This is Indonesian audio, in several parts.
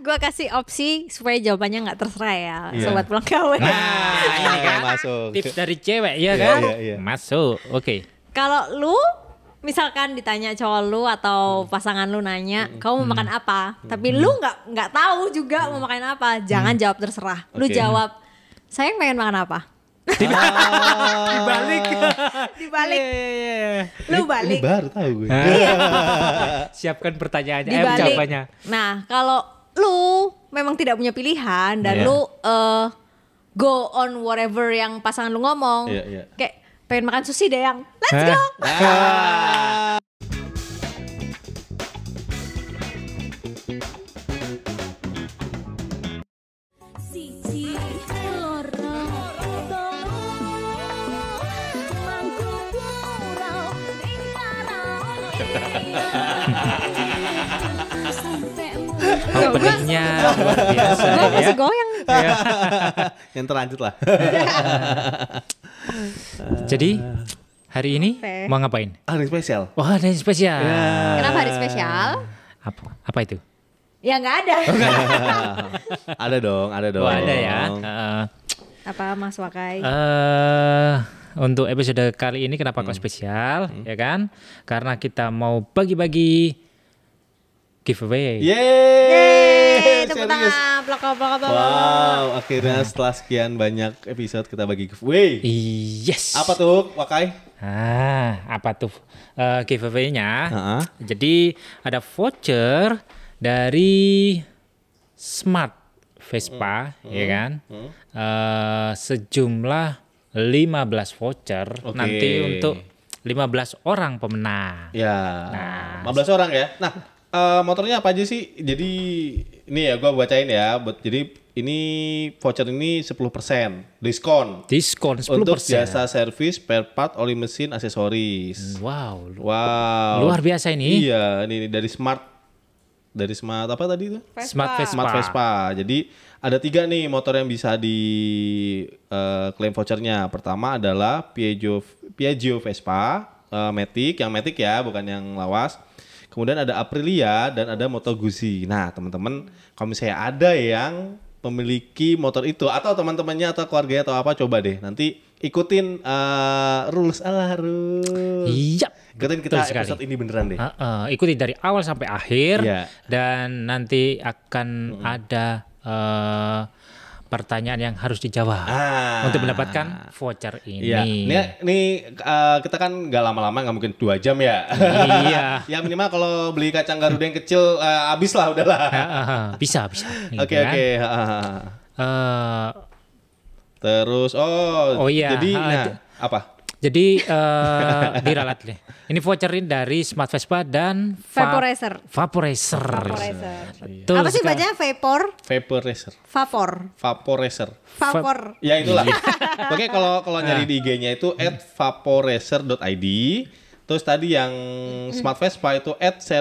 gue kasih opsi supaya jawabannya nggak terserah ya, Iya. sobat pulang KW. Nah, ini kan masuk. tips dari cewek ya Iya, kan? iya. Masuk. Oke. Kalau lu misalkan ditanya cowok lu atau pasangan lu nanya, kamu mau makan apa? Tapi lu nggak tahu juga mau makan apa. Jangan jawab terserah. Lu Oke. jawab, sayang pengen makan apa? Dibalik. Dibalik, Iya. lu Ini balik. baru tahu gue. Siapkan pertanyaannya, Dibalik. jawabannya. Nah, kalau lu memang tidak punya pilihan dan Iya. lu go on whatever yang pasangan lu ngomong, Iya, iya. kayak pengen makan sushi deh yang, let's Hah? go. Siji loro telu mangku pura ing Openingnya luar biasa Gue ya. masih goyang. Yang terlanjut lah. Jadi hari ini Oke. mau ngapain? Hari spesial. Wah, ada yang spesial. Kenapa hari spesial? Apa itu? Ya nggak ada. Ada dong, ada dong. Oh, ada ya. Apa Mas Wakai? Untuk episode kali ini kenapa kok spesial, ya kan? Karena kita mau bagi-bagi giveaway. Yeay, Tepuk serius. tangan, plak. Wow, akhirnya setelah sekian banyak episode kita bagi giveaway. Yes. Apa tuh, Wakai? Apa tuh giveaway-nya? Heeh. Jadi ada voucher dari Smart Vespa, ya kan? Sejumlah 15 voucher Oke. nanti untuk 15 orang pemenang. Ya, Nah. 15 orang ya. Nah, motornya apa aja sih? Jadi ini ya gua bacain ya. Jadi ini voucher ini 10% diskon Diskon 10%. untuk jasa servis, spare part, oli mesin, aksesoris. Wow, Wow. luar biasa ini. Iya, ini dari Smart apa tadi itu? Smart Vespa. Smart Vespa. Jadi ada 3 nih motor yang bisa di klaim vouchernya. Pertama adalah Piaggio Vespa Matic, yang Matic ya, bukan yang lawas. Kemudian ada Aprilia dan ada Moto Guzzi. Nah, teman-teman, kalau misalnya ada yang memiliki motor itu atau teman-temannya atau keluarganya atau apa, coba deh nanti ikutin rules ala rules. Iya. Ikutin betul kita sekali. episode ini beneran deh. Ikuti dari awal sampai akhir. Iya. Dan nanti akan ada pertanyaan yang harus dijawab untuk mendapatkan voucher Iya, ini. ini kita kan nggak lama-lama, nggak mungkin 2 jam ya. Iya. Ya minimal kalau beli kacang Garuda yang kecil habis lah udahlah. Bisa. Oke Gitu kan. oke. Eh, Terus Oh iya, jadi nah apa? jadi diralat deh. Ini voucher ini dari Smart Vespa dan Vaporizer. Vaporizer. Betul Apa sih sekali. bacanya? Vapor? Vaporizer. Vapor. Ya itulah. Oke, kalau nyari di IG-nya itu @vaporizer.id. Terus tadi yang Smart Vespa itu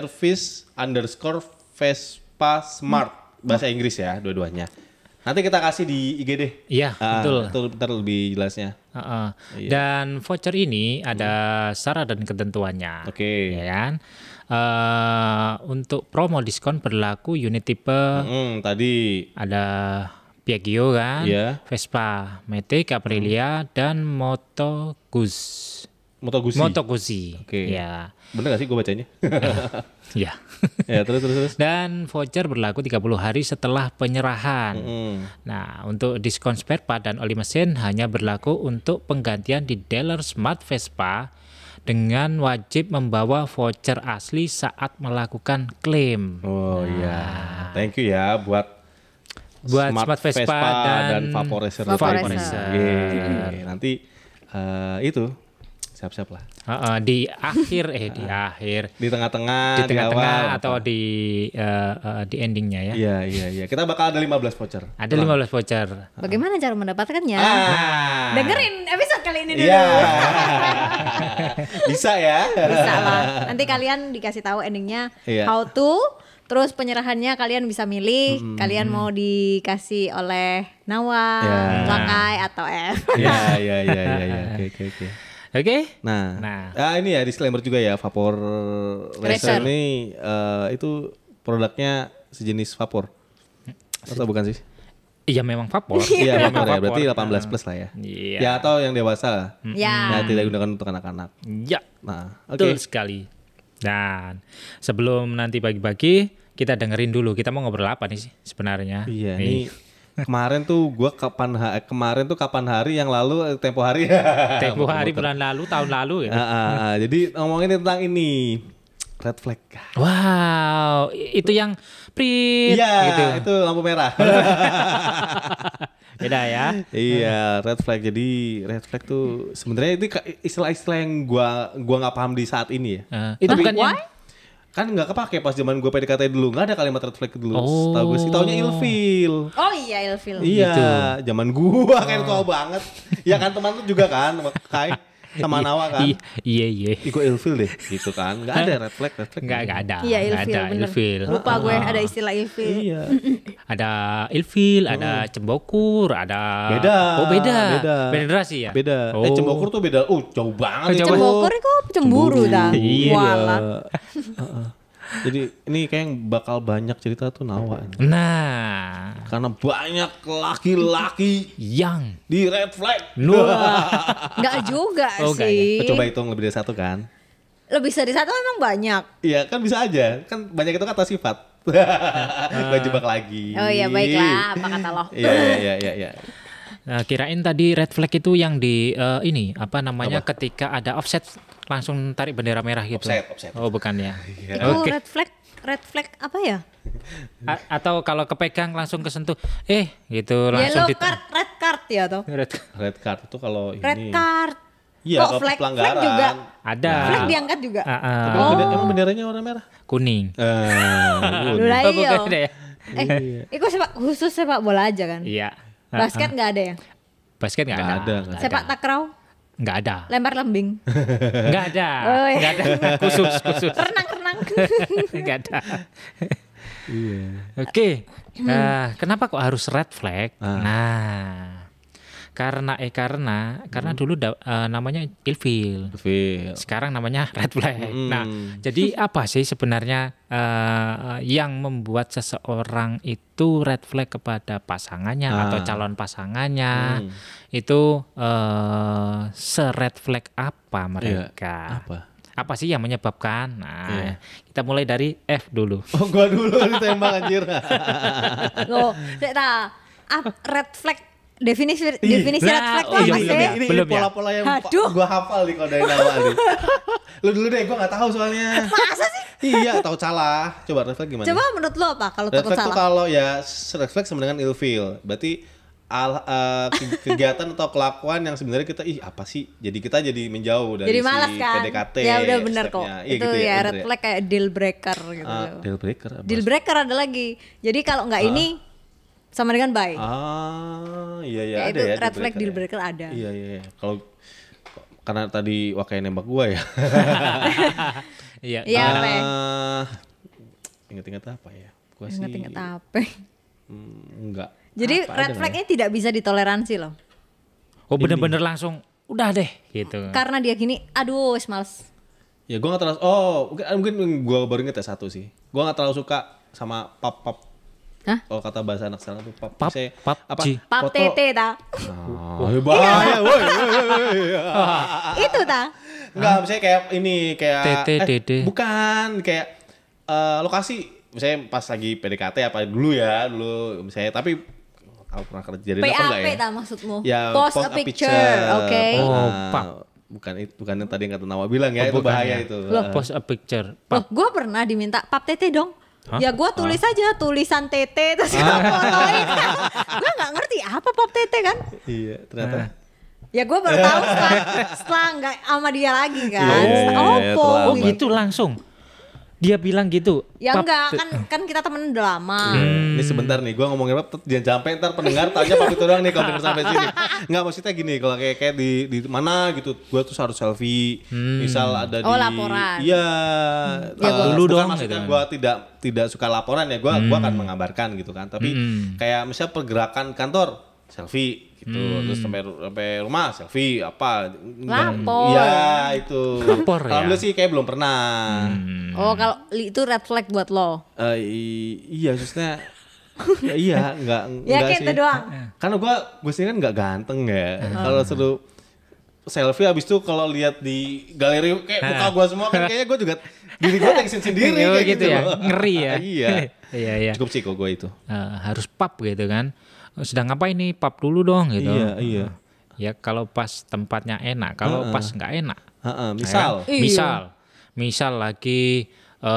@service_Vespa Smart, bahasa Inggris ya dua-duanya. Nanti kita kasih di IG deh. Iya, betul. Itu bentar lebih jelasnya. Iya. Dan voucher ini ada syarat dan ketentuannya. Oke. Ya kan? Untuk promo diskon berlaku unit tipe Tadi ada Piaggio kan, Iya. Vespa Matic, Aprilia dan Moto Guzzi. Moto Guzzi. Oke. Ya. Bener gak sih gue bacanya? Ya. Ya, terus. Dan voucher berlaku 30 hari setelah penyerahan. Nah, untuk diskon spare part dan oli mesin hanya berlaku untuk penggantian di dealer Smart Vespa dengan wajib membawa voucher asli saat melakukan klaim. Oh iya. Thank you ya buat Smart Vespa dan Vaporizer. Vaporizer. Yeay. Nanti itu siap-siap lah. Di akhir Di tengah-tengah, di tengah-tengah awal, atau apa. di endingnya ya. Iya. Kita bakal ada 15 voucher. Ada 15 voucher. Bagaimana cara mendapatkannya? Dengerin episode kali ini dulu. Iya. Bisa ya. Bisa lah. Nanti kalian dikasih tahu endingnya Iya. how to. Terus penyerahannya kalian bisa milih. Kalian mau dikasih oleh Nawa, Ya. Wakai atau F. Iya. Oke. Oke? Nah, Nah. ini ya disclaimer juga ya, Vapor Racer Racer. ini itu produknya sejenis vapor. Atau bukan sih? Iya memang vapor. Iya, Memang vapor ya. Berarti 18 plus lah ya. Iya. Ya atau yang dewasa lah. Ya. Ya tidak digunakan untuk anak-anak. Ya, Nah, betul oke. sekali. Dan sebelum nanti bagi-bagi, kita dengerin dulu kita mau ngobrol apa nih sih sebenarnya. Iya, Nih. ini kemarin tuh gua kapan hari yang lalu tempo hari. Tempo hari, bulan lalu, tahun lalu ya. Jadi ngomongin tentang ini red flag. Wow, itu yang prit Iya, gitu. itu lampu merah. Beda ya. Iya, red flag. Jadi red flag tuh sebenarnya itu istilah-istilah yang gua nggak paham di saat ini ya. Itu bukan yang Kan nggak kepake pas zaman gue PDKT dulu, nggak ada kalimat red flag dulu. Oh. Tahu gue sih, taunya ilfeel. Oh iya, ilfil. Iya, Gitu. zaman gua kan tua banget. Ya kan teman lu juga kan, Kai sama Nawa kan. Iya. Ih, gue ilfeel deh, gitu kan. Nggak ada red flag. Enggak ada. Iya, Nggak ilfil, ada bener. ilfil. Lupa gue ada istilah ilfil. Iya. Ada ilfil, ada cembokur, ada Beda. Oh, beda. Beda. Beda generasi ya? Beda. Oh. Cembokur tuh beda. Jauh banget. jauh. itu. Cembokur itu cemburu dah. Iya. Walah. Heeh. Jadi ini kayak yang bakal banyak cerita tuh Nawa. Nah, Karena banyak laki-laki yang di red flag. Enggak juga Oh, nggak sih. Coba hitung lebih dari satu kan? Lebih dari satu memang banyak. Iya kan bisa aja. Kan banyak itu kata sifat. Gue jebak lagi. Oh iya, baiklah, apa kata lo? Iya. kirain tadi red flag itu yang di ini apa namanya ketika ada offset langsung tarik bendera merah gitu. Offset. Oh, bukan ya. Itu Oke. red flag apa ya? Atau kalau kepegang langsung kesentuh gitu langsung Yellow card, red card ya toh. Red card itu kalau ini. Red card. Iya, Kok kalau flag pelanggaran. juga? Ada. Flag diangkat juga. Tapi emang benderanya warna merah? Kuning. Lah Oh, iya. bukan ya? Itu khusus sepak bola aja kan? Iya. Basket nggak ada ya? Basket nggak ada. Nggak Sepak takraw, Nggak ada. lempar lembing, Nggak ada. Oh, iya. Nggak ada. Khusus. renang. Nggak ada. Iya. Oke. Kenapa kok harus red flag? Nah, karena dulu namanya ilfil. Sekarang namanya red flag. Nah, jadi apa sih sebenarnya yang membuat seseorang itu red flag kepada pasangannya atau calon pasangannya? Itu se-red flag apa mereka? Apa? Apa sih yang menyebabkan? Nah, kita mulai dari F dulu. Oh, gua dulu ditembak anjir. Loh, saya tahu. Red flag definisi red flag tuh iya, apa belum sih? ya? Ini Belum ya? pola-pola yang Aduh. gua hafal nih kalau dari Nawa nih. Lu dulu deh, gua nggak tahu soalnya. Masa sih? Iya, tahu salah. Coba red flag gimana? Coba menurut lo apa kalau Red takut flag tuh salah? kalau ya red flag sama dengan ilfeel. Berarti kegiatan atau kelakuan yang sebenarnya kita apa sih? Jadi kita jadi menjauh dari Jadi si malas kan? PDKT. Ya udah benar kok. stepnya. Iya, Itu gitu ya bener red flag kayak deal breaker gitu. Deal breaker. apa? Deal breaker ada lagi. Jadi kalau nggak ini sama dengan bye. Iya Ya, ada itu ya. red flag deal ya. breaker ada. Iya. Kalau karena tadi Wakai nembak gua ya. Iya. Iya, apa? Ingat-ingat apa ya? Gua sih Ingat-ingat apa? enggak. Jadi Apa red aja flag nggak ini tidak bisa ditoleransi loh. Oh, bener-bener langsung udah deh gitu. Karena dia gini, aduh wis males. Ya gue gak terlalu, mungkin gue baru inget ya satu sih. Gue gak terlalu suka sama pap. Hah? Kalau kata bahasa anak sekarang tuh pap. Pap, Misalnya, PUBG. Pap foto- tete ta. bahaya, woi. Itu ta. Enggak, misalnya kayak ini, kayak Tete, dede. bukan, kayak lokasi. Misalnya pas lagi PDKT apa dulu misalnya, tapi tahu pernah kejadian apa enggak PAP ya? ta maksudmu? Ya, Post a picture, oke. Oh, Nah, pap. bukan yang tadi yang kata Nawa bilang ya, itu bukan bahaya ya. itu. Post a picture. Loh, gue pernah diminta pap tete dong. Hah? Ya gue tulis aja tulisan tete terus gue fotoin. Gue nggak ngerti apa pap tete kan. Iya, ternyata. Ya gue baru tahu setelah nggak sama dia lagi kan. Iya, Oh, terlambat. Oh, gitu langsung. Dia bilang gitu. Ya Pap- enggak, kan kita temen udah lama. Ini sebentar nih, gue ngomongin apa, jangan sampai ntar pendengar tanya pap itu doang nih kalau denger sampai sini. Enggak, maksudnya gini, kalau kayak di mana gitu, gue tuh harus selfie. Misal ada di laporan. Iya. Ya, gua- Dulu Bukan dong, maksudnya gitu. gue tidak suka laporan ya, gue akan mengabarkan gitu kan. Tapi kayak misalnya pergerakan kantor, selfie gitu. Terus sampai rumah selfie apa. Lapor. Iya, itu. Lapor ya? Alhamdulillah sih kayak belum pernah. Oh kalau itu red flag buat lo. Iya, maksudnya Ya, iya, enggak Ya kayak sih. itu doang. Karena gue sendiri kan enggak ganteng ya. Kalau suruh selfie abis itu kalau lihat di galeri kayak muka gue semua kan kayaknya gue juga diri gue tensin sendiri Oh, kayak gitu ya, loh. ngeri ya. Iya. Iya, iya. Cukup sih kok gue itu. Harus pub gitu kan. Sedang ngapain nih, pub dulu dong gitu. Iya. Ya kalau pas tempatnya enak, kalau pas nggak enak. Misal. Iya. Misal lagi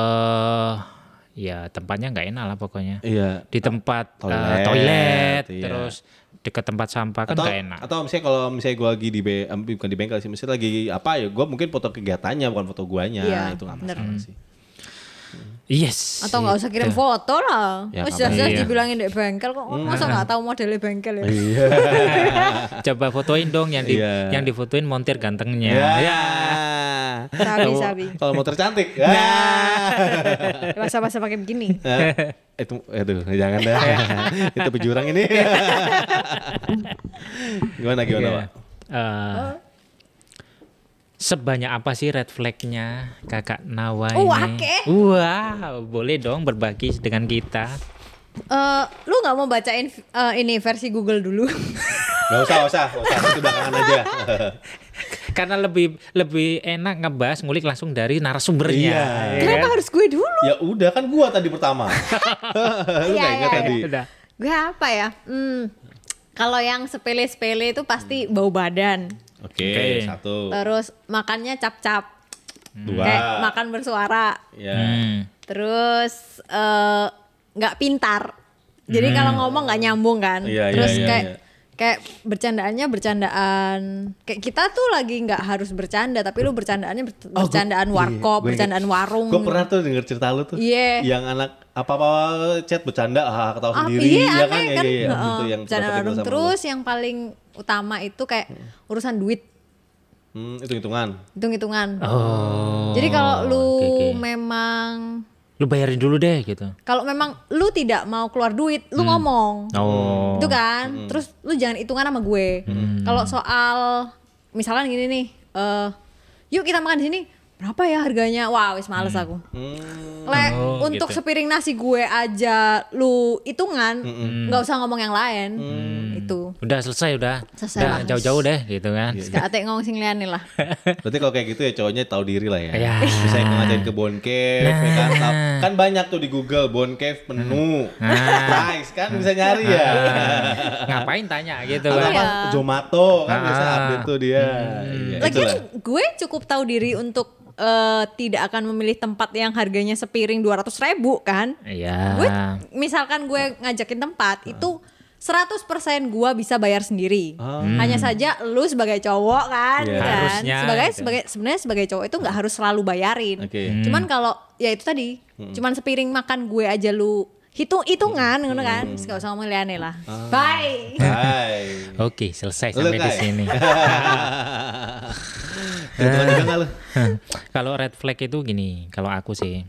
ya tempatnya nggak enak lah pokoknya. Iya. Di tempat Toilet, toilet, iya. terus dekat tempat sampah kan nggak enak. Atau misalnya kalau misalnya gue lagi bukan di bengkel sih, misalnya lagi apa ya, gue mungkin foto kegiatannya bukan foto guanya, Iya, itu nggak bener. masalah sih. Yes. Atau nggak usah kirim foto lah. Ya, Jelas iya. dibilangin di bengkel kok. Masa nggak tahu modelnya bengkel ya? Iya. Coba fotoin dong yang Iya. yang difotoin montir gantengnya. Ya. Sabi. Kalau mau tercantik. Ya. Masa-masa pakai begini. Itu jangan dah. Itu pejurang ini. Gimana Pak? Sebanyak apa sih red flag-nya Kakak Nawa ini? Akeh. Wow, boleh dong berbagi dengan kita. Lu nggak mau bacain ini versi Google dulu? Gak usah. Itu belakangan aja. Karena lebih enak ngebahas ngulik langsung dari narasumbernya. Iya. ya Kenapa kan? harus gue dulu? Ya udah kan gua tadi pertama. Lu Iya, gak ingat iya, tadi? Udah. Gue apa ya? Kalau yang sepele-sepele itu pasti bau badan. Oke, Oke. 1. Terus makannya cap-cap. 2. Kayak makan bersuara. Ya. Terus nggak pintar. Jadi kalau ngomong nggak nyambung kan. Iya, Terus iya, kayak iya. kayak bercandaan kayak kita tuh lagi nggak harus bercanda tapi lu bercandaannya bercandaan warkop, bercandaan warung. Gue pernah tuh denger cerita lu tuh. Iya. Yang anak apa-apa chat bercanda, ketawa sendiri Iya, ya kan. aneh kan. Iya. Heeh, Itu yang bercandaan sempat warung. sama Terus yang paling utama itu kayak urusan duit, lu. Hitung-hitungan. hitung-hitungan. Oh. Jadi kalau lu oke. memang Lu bayarin dulu deh gitu. kalau memang lu tidak mau keluar duit, lu ngomong. Oh. Itu kan. Terus lu jangan hitungan sama gue. Kalau soal misalkan gini nih, yuk kita makan di sini. Berapa ya harganya? Wah, wis males aku. Untuk gitu. sepiring nasi gue aja lu hitungan, nggak usah ngomong yang lain. Itu. Udah selesai udah. Selesai Udah lah. jauh-jauh deh gitu kan. Gak ate ngomong sing liane lah. Berarti kalau kayak gitu ya cowoknya tahu diri lah ya. Iya. Misalnya ngajain ke Bon Cave, ya kan, kan banyak tuh di Google Bon Cave menu, price kan bisa nyari ya. Ngapain tanya gitu Atau kan. apa Zomato kan bisa update tuh dia. Iya, Lagian itulah. gue cukup tahu diri untuk tidak akan memilih tempat yang harganya sepiring 200.000 kan. Iya. Gue misalkan gue ngajakin tempat itu 100% gue bisa bayar sendiri. Hanya saja lu sebagai cowok kan, Iya. gitu kan. Harusnya, gitu. Sebenarnya sebagai cowok itu nggak harus selalu bayarin. Oke. Cuman kalau ya itu tadi, cuman sepiring makan gue aja lu hitungan ngono kan. Gak usah ngomong liane lah. Bye. Hai. Oke, selesai Lu, sampai di Kai? sini. Hitungan juga nggak lu? Kalau red flag itu gini, kalau aku sih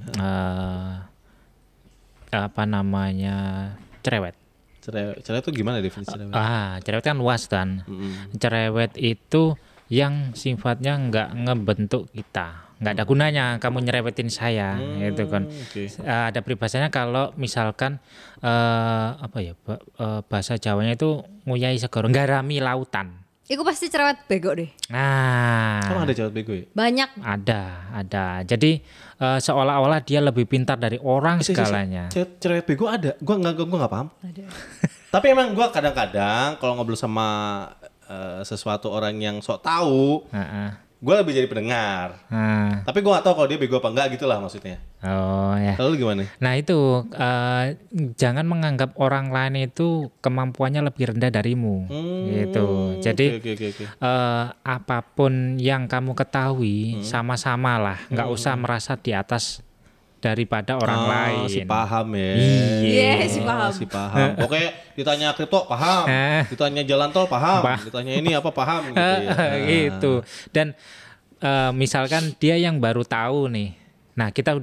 apa namanya cerewet. Cerewet tuh gimana definisi cerewet? Cerewet kan luas kan. Cerewet itu yang sifatnya nggak ngebentuk kita, nggak ada gunanya kamu nyerewetin saya, gitu kan. Oke. Ada peribahasanya kalau misalkan apa ya bahasa Jawanya itu nguyai segoro nggarami lautan. Iku pasti cerewet bego deh. Nah, Emang ada cerewet bego ya? Banyak. ada. Jadi seolah-olah dia lebih pintar dari orang segalanya. Cerewet bego ada. Gua nggak paham. Tapi emang gua kadang-kadang kalau ngobrol sama sesuatu orang yang sok tahu, Heeh. gue lebih jadi pendengar. Nah, Tapi gue gak tahu kalau dia bego apa enggak gitu lah maksudnya. oh ya. Lalu gimana? Nah itu jangan menganggap orang lain itu kemampuannya lebih rendah darimu, gitu. Jadi Oke. apapun yang kamu ketahui sama-sama lah, nggak usah merasa di atas daripada orang lain. Si paham ya. Iya, si paham. Si paham. Oke, ditanya kripto paham. Ditanya jalan tol paham. Ditanya ini apa paham gitu ya. Gitu. Dan misalkan dia yang baru tahu nih, nah kita udah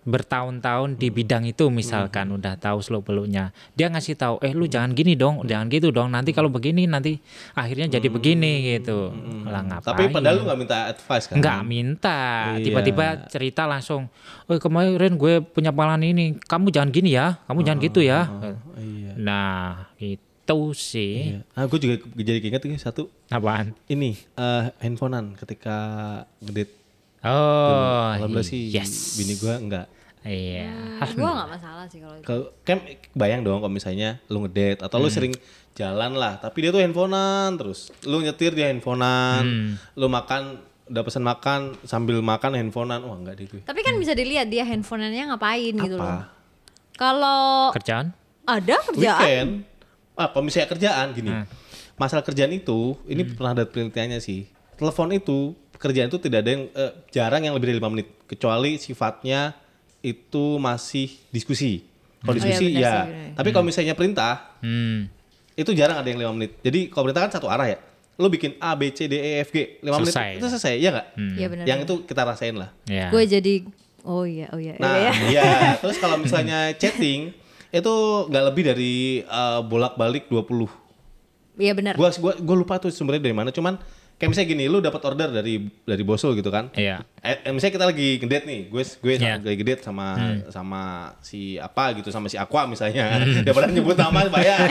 bertahun-tahun di bidang itu misalkan udah tahu seluk beluknya, dia ngasih tahu, lu jangan gini dong, jangan gitu dong, nanti kalau begini nanti akhirnya jadi begini gitu. Lah ngapain? Tapi padahal lu nggak minta advice kan? Nggak minta, Iya. tiba-tiba cerita langsung, kemarin gue punya pengalaman ini, kamu jangan gini ya, kamu jangan gitu ya. Iya. Nah itu sih. Iya. Gue juga jadi ingat ini satu. Apaan? Ini handphonean ketika ngedate. Oh, Alhamdulillah sih yes. bini gue enggak. Iya. Gue nggak masalah sih kalau itu. Kan bayang dong kalau misalnya lu ngedate atau lu sering jalan lah, tapi dia tuh handphonean terus. Lu nyetir dia handphonean, lu makan udah pesen makan sambil makan handphonean. Wah enggak deh gue. Tapi kan bisa dilihat dia handphonenya ngapain gitu loh. Apa? Kalau Kerjaan? ada kerjaan, Weekend. Kalau misalnya kerjaan gini. Masalah kerjaan itu, ini pernah ada penelitiannya sih. Telepon itu, pekerjaan itu tidak ada yang jarang yang lebih dari 5 menit kecuali sifatnya itu masih diskusi. Kalau diskusi benar ya. sih, benar. Tapi kalau misalnya perintah, itu jarang ada yang 5 menit. Jadi kalau perintah kan satu arah ya. Lu bikin A, B, C, D, E, F, G 5 menit Selesai. itu selesai, ya nggak? Iya benar. Yang itu kita rasain lah. Ya. Gue jadi oh iya. Nah, iya. iya. Terus kalau misalnya chatting itu nggak lebih dari bolak-balik 20. Iya benar. Gua lupa tuh sumbernya dari mana. Cuman kayak misalnya gini, lu dapat order dari bos lu gitu kan? Iya. Misalnya kita lagi ngedate nih, gue Iya. lagi ngedate sama si apa gitu, sama si Aqua misalnya. Daripada nyebut nama bayar.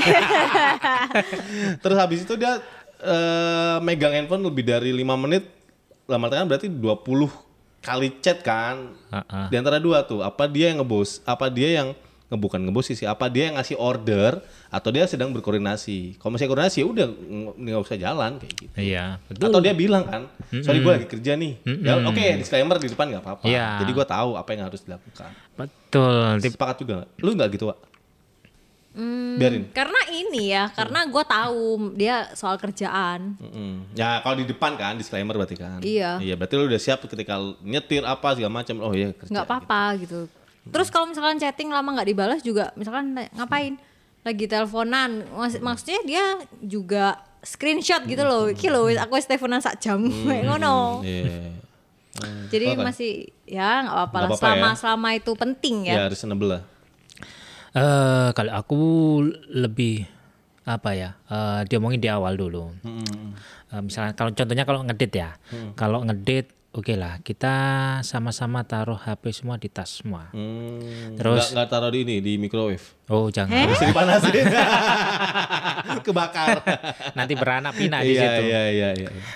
Terus habis itu dia megang handphone lebih dari 5 menit, lama kan berarti 20 kali chat kan. Di antara dua tuh, apa dia yang ngebos, apa dia yang bukan ngebos sih, apa dia yang ngasih order atau dia sedang berkoordinasi. Kalau masih koordinasi ya udah nggak usah jalan kayak gitu. Iya, betul. Atau dia bilang kan, sorry gue lagi kerja nih. Ya oke, disclaimer di depan nggak apa-apa. Iya. Jadi gue tahu apa yang harus dilakukan. Betul. Sepakat juga nggak? Lu nggak gitu, Wak? Biarin. Karena ini ya, karena gue tahu dia soal kerjaan. Ya kalau di depan kan disclaimer berarti kan. Iya. Iya berarti lu udah siap ketika nyetir apa segala macam. Oh iya kerja. Nggak apa-apa gitu. Terus kalau misalkan chatting lama nggak dibalas juga, misalkan ngapain? Lagi teleponan, maksudnya dia juga screenshot gitu loh. Iki loh, aku wis teleponan sak jam, kayak ngono. Iya. Jadi Oke. masih ya nggak apa-apa lah, Nggak apa-apa ya. selama itu penting ya. Ya reasonable lah. Kalau aku lebih apa ya? Diomongin di awal dulu. Misalnya kalau contohnya kalau ngedate ya, kalau ngedate oke lah kita sama-sama taruh HP semua di tas semua. Terus nggak taruh di ini di microwave. oh jangan, Bisa dipanasin. Kebakar. nanti beranak pinak di Iya situ. iya.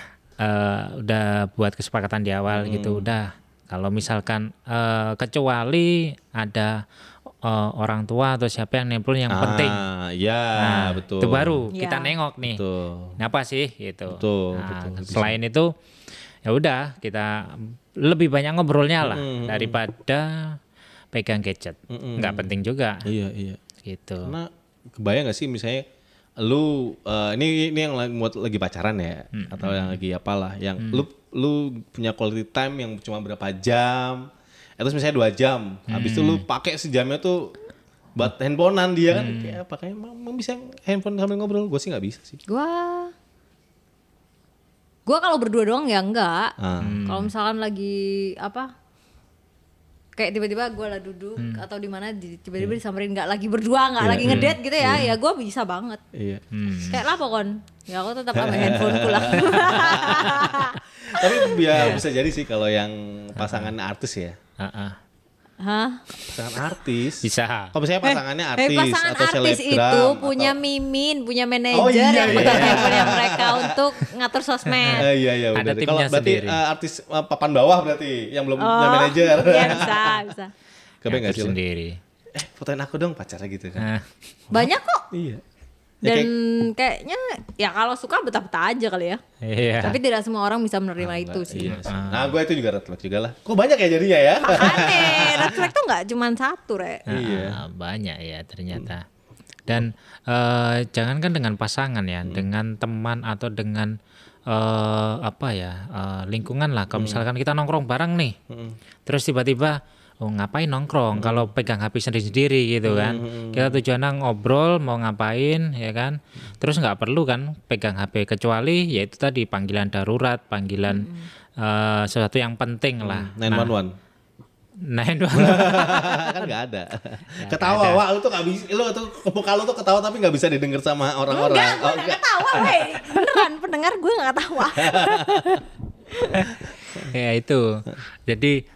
Udah buat kesepakatan di awal gitu. Udah kalau misalkan kecuali ada orang tua atau siapa yang nempel yang penting. Iya Nah, betul. itu baru Iya. kita nengok nih. Betul. Apa sih gitu. Betul, Nah, betul. selain itu ya udah kita lebih banyak ngobrolnya lah daripada pegang gadget. Nggak penting juga Iya. gitu. Karena kebayang gak sih misalnya lu ini yang lagi pacaran ya atau yang lagi apalah yang lu punya quality time yang cuma berapa jam terus misalnya 2 jam habis itu lu pakai sejamnya tuh buat handphonean dia kan kayak apa kayak emang bisa handphone sambil ngobrol. Gue sih nggak bisa sih. Gua kalau berdua doang ya enggak. Ah. Kalau misalkan lagi apa? Kayak tiba-tiba gue lah duduk atau di mana tiba-tiba disamperin nggak lagi berdua, nggak Iya, lagi ngedate gitu ya, ya gue bisa banget. Iya. Kayak lah pokon, ya aku tetap ambil handphone pulang. Tapi ya bisa jadi sih kalau yang pasangan artis ya. Hah? Pasangan artis. Bisa. Kalau misalnya pasangannya artis Pasangan atau artis selebgram itu atau- punya mimin, punya manajer Oh, iya, yang iya, pegang iya. handphone mereka untuk ngatur sosmed. Iya Ada benar. timnya Kalau berarti sendiri. artis papan bawah berarti yang belum punya manajer. Iya bisa. Kebayang nggak Ngatur sih? Lo? sendiri. Fotoin aku dong pacarnya gitu kan. Nah, Banyak kok. Iya. Ya, Dan kayaknya ya kalau suka betah-betah aja kali ya. iya. Tapi tidak semua orang bisa menerima itu sih. Iya sih. Nah gue itu juga red flag juga lah. Kok banyak ya jadinya ya? Aneh, red flag tuh nggak cuma satu, Re. Iya. Banyak ya ternyata. Dan jangankan dengan pasangan ya, dengan teman atau dengan lingkungan lah. Kalau misalkan kita nongkrong bareng nih, terus tiba-tiba ngapain nongkrong kalau pegang HP sendiri-sendiri gitu kan. Kita tujuannya ngobrol mau ngapain ya kan. Terus nggak perlu kan pegang HP kecuali ya itu tadi panggilan darurat, panggilan sesuatu yang penting lah. 911. Nah, Kan nggak ada. Ketawa, wah lu tuh nggak bisa, lu tuh muka lu tuh ketawa tapi nggak bisa didengar sama orang-orang. Enggak, gue gak ketawa, weh. Beneran, pendengar gue gak ketawa. ya itu. Jadi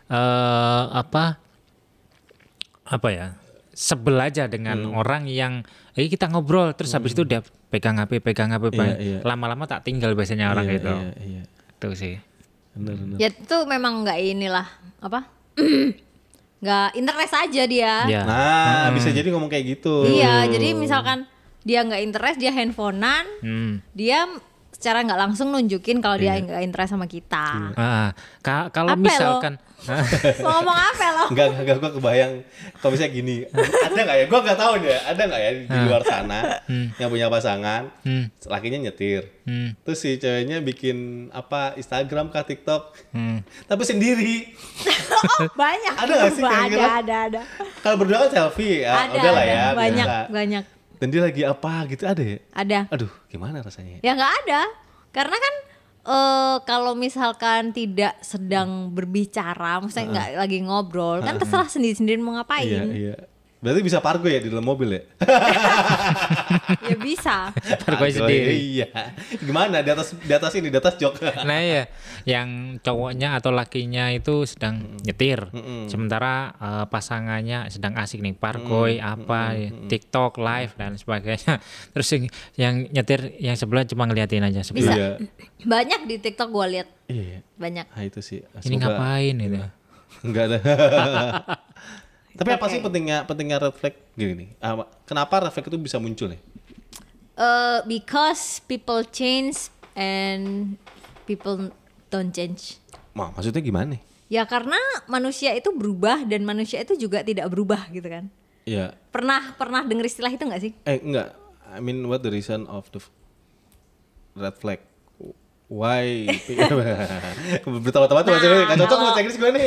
apa ya? Sebel aja dengan orang yang kita ngobrol terus habis itu dia pegang HP. Iya. Lama-lama tak tinggal biasanya orang Iya, itu. Iya. Itu sih. Bener. Ya itu memang gak inilah, apa? Gak interest aja dia. Ya. Nah, bisa jadi ngomong kayak gitu. Iya, jadi misalkan dia gak interest, dia handphonean, dia secara nggak langsung nunjukin kalau dia nggak interest sama kita. Kalau Apa misalkan Mau ngomong apa lo? Enggak, gue kebayang kalau misalnya gini, ada nggak ya? Gue nggak tahu deh, ada nggak ya di luar sana yang punya pasangan, lakinya nyetir, terus si ceweknya bikin apa Instagram kah TikTok, tapi sendiri. Oh, banyak. Ada nggak sih kayak gitu? Ada. Kalau berdua kan selfie, ya Ada, udah lah ada. ya. Banyak. Dan dia lagi apa gitu ada ya? Ada. Aduh, gimana rasanya? Ya nggak ada, karena kan kalau misalkan tidak sedang berbicara, maksudnya nggak lagi ngobrol, kan terserah sendiri-sendiri mau ngapain. Iya. Berarti bisa pargo ya di dalam mobil ya? Ya bisa. Pargo sendiri. Iya. Gimana di atas jok? Nah ya, yang cowoknya atau lakinya itu sedang nyetir, sementara pasangannya sedang asik nih, pargoy TikTok live dan sebagainya. Terus yang nyetir yang sebelah cuma ngeliatin aja Bisa. sebelah. Iya. Banyak di TikTok gue lihat. Iya. Banyak. Nah itu sih. Ini ngapain gitu? Enggak ada. Tapi apa sih pentingnya red flag gini? Kenapa red flag itu bisa muncul ya? Because people change and people don't change. Maksudnya gimana nih? Ya karena manusia itu berubah dan manusia itu juga tidak berubah gitu kan. Iya. Pernah dengar istilah itu nggak sih? Enggak. I mean what the reason of the red flag? Why? Bertahun-tahun tuh maksudnya nggak cocok bahasa Inggris gue nih.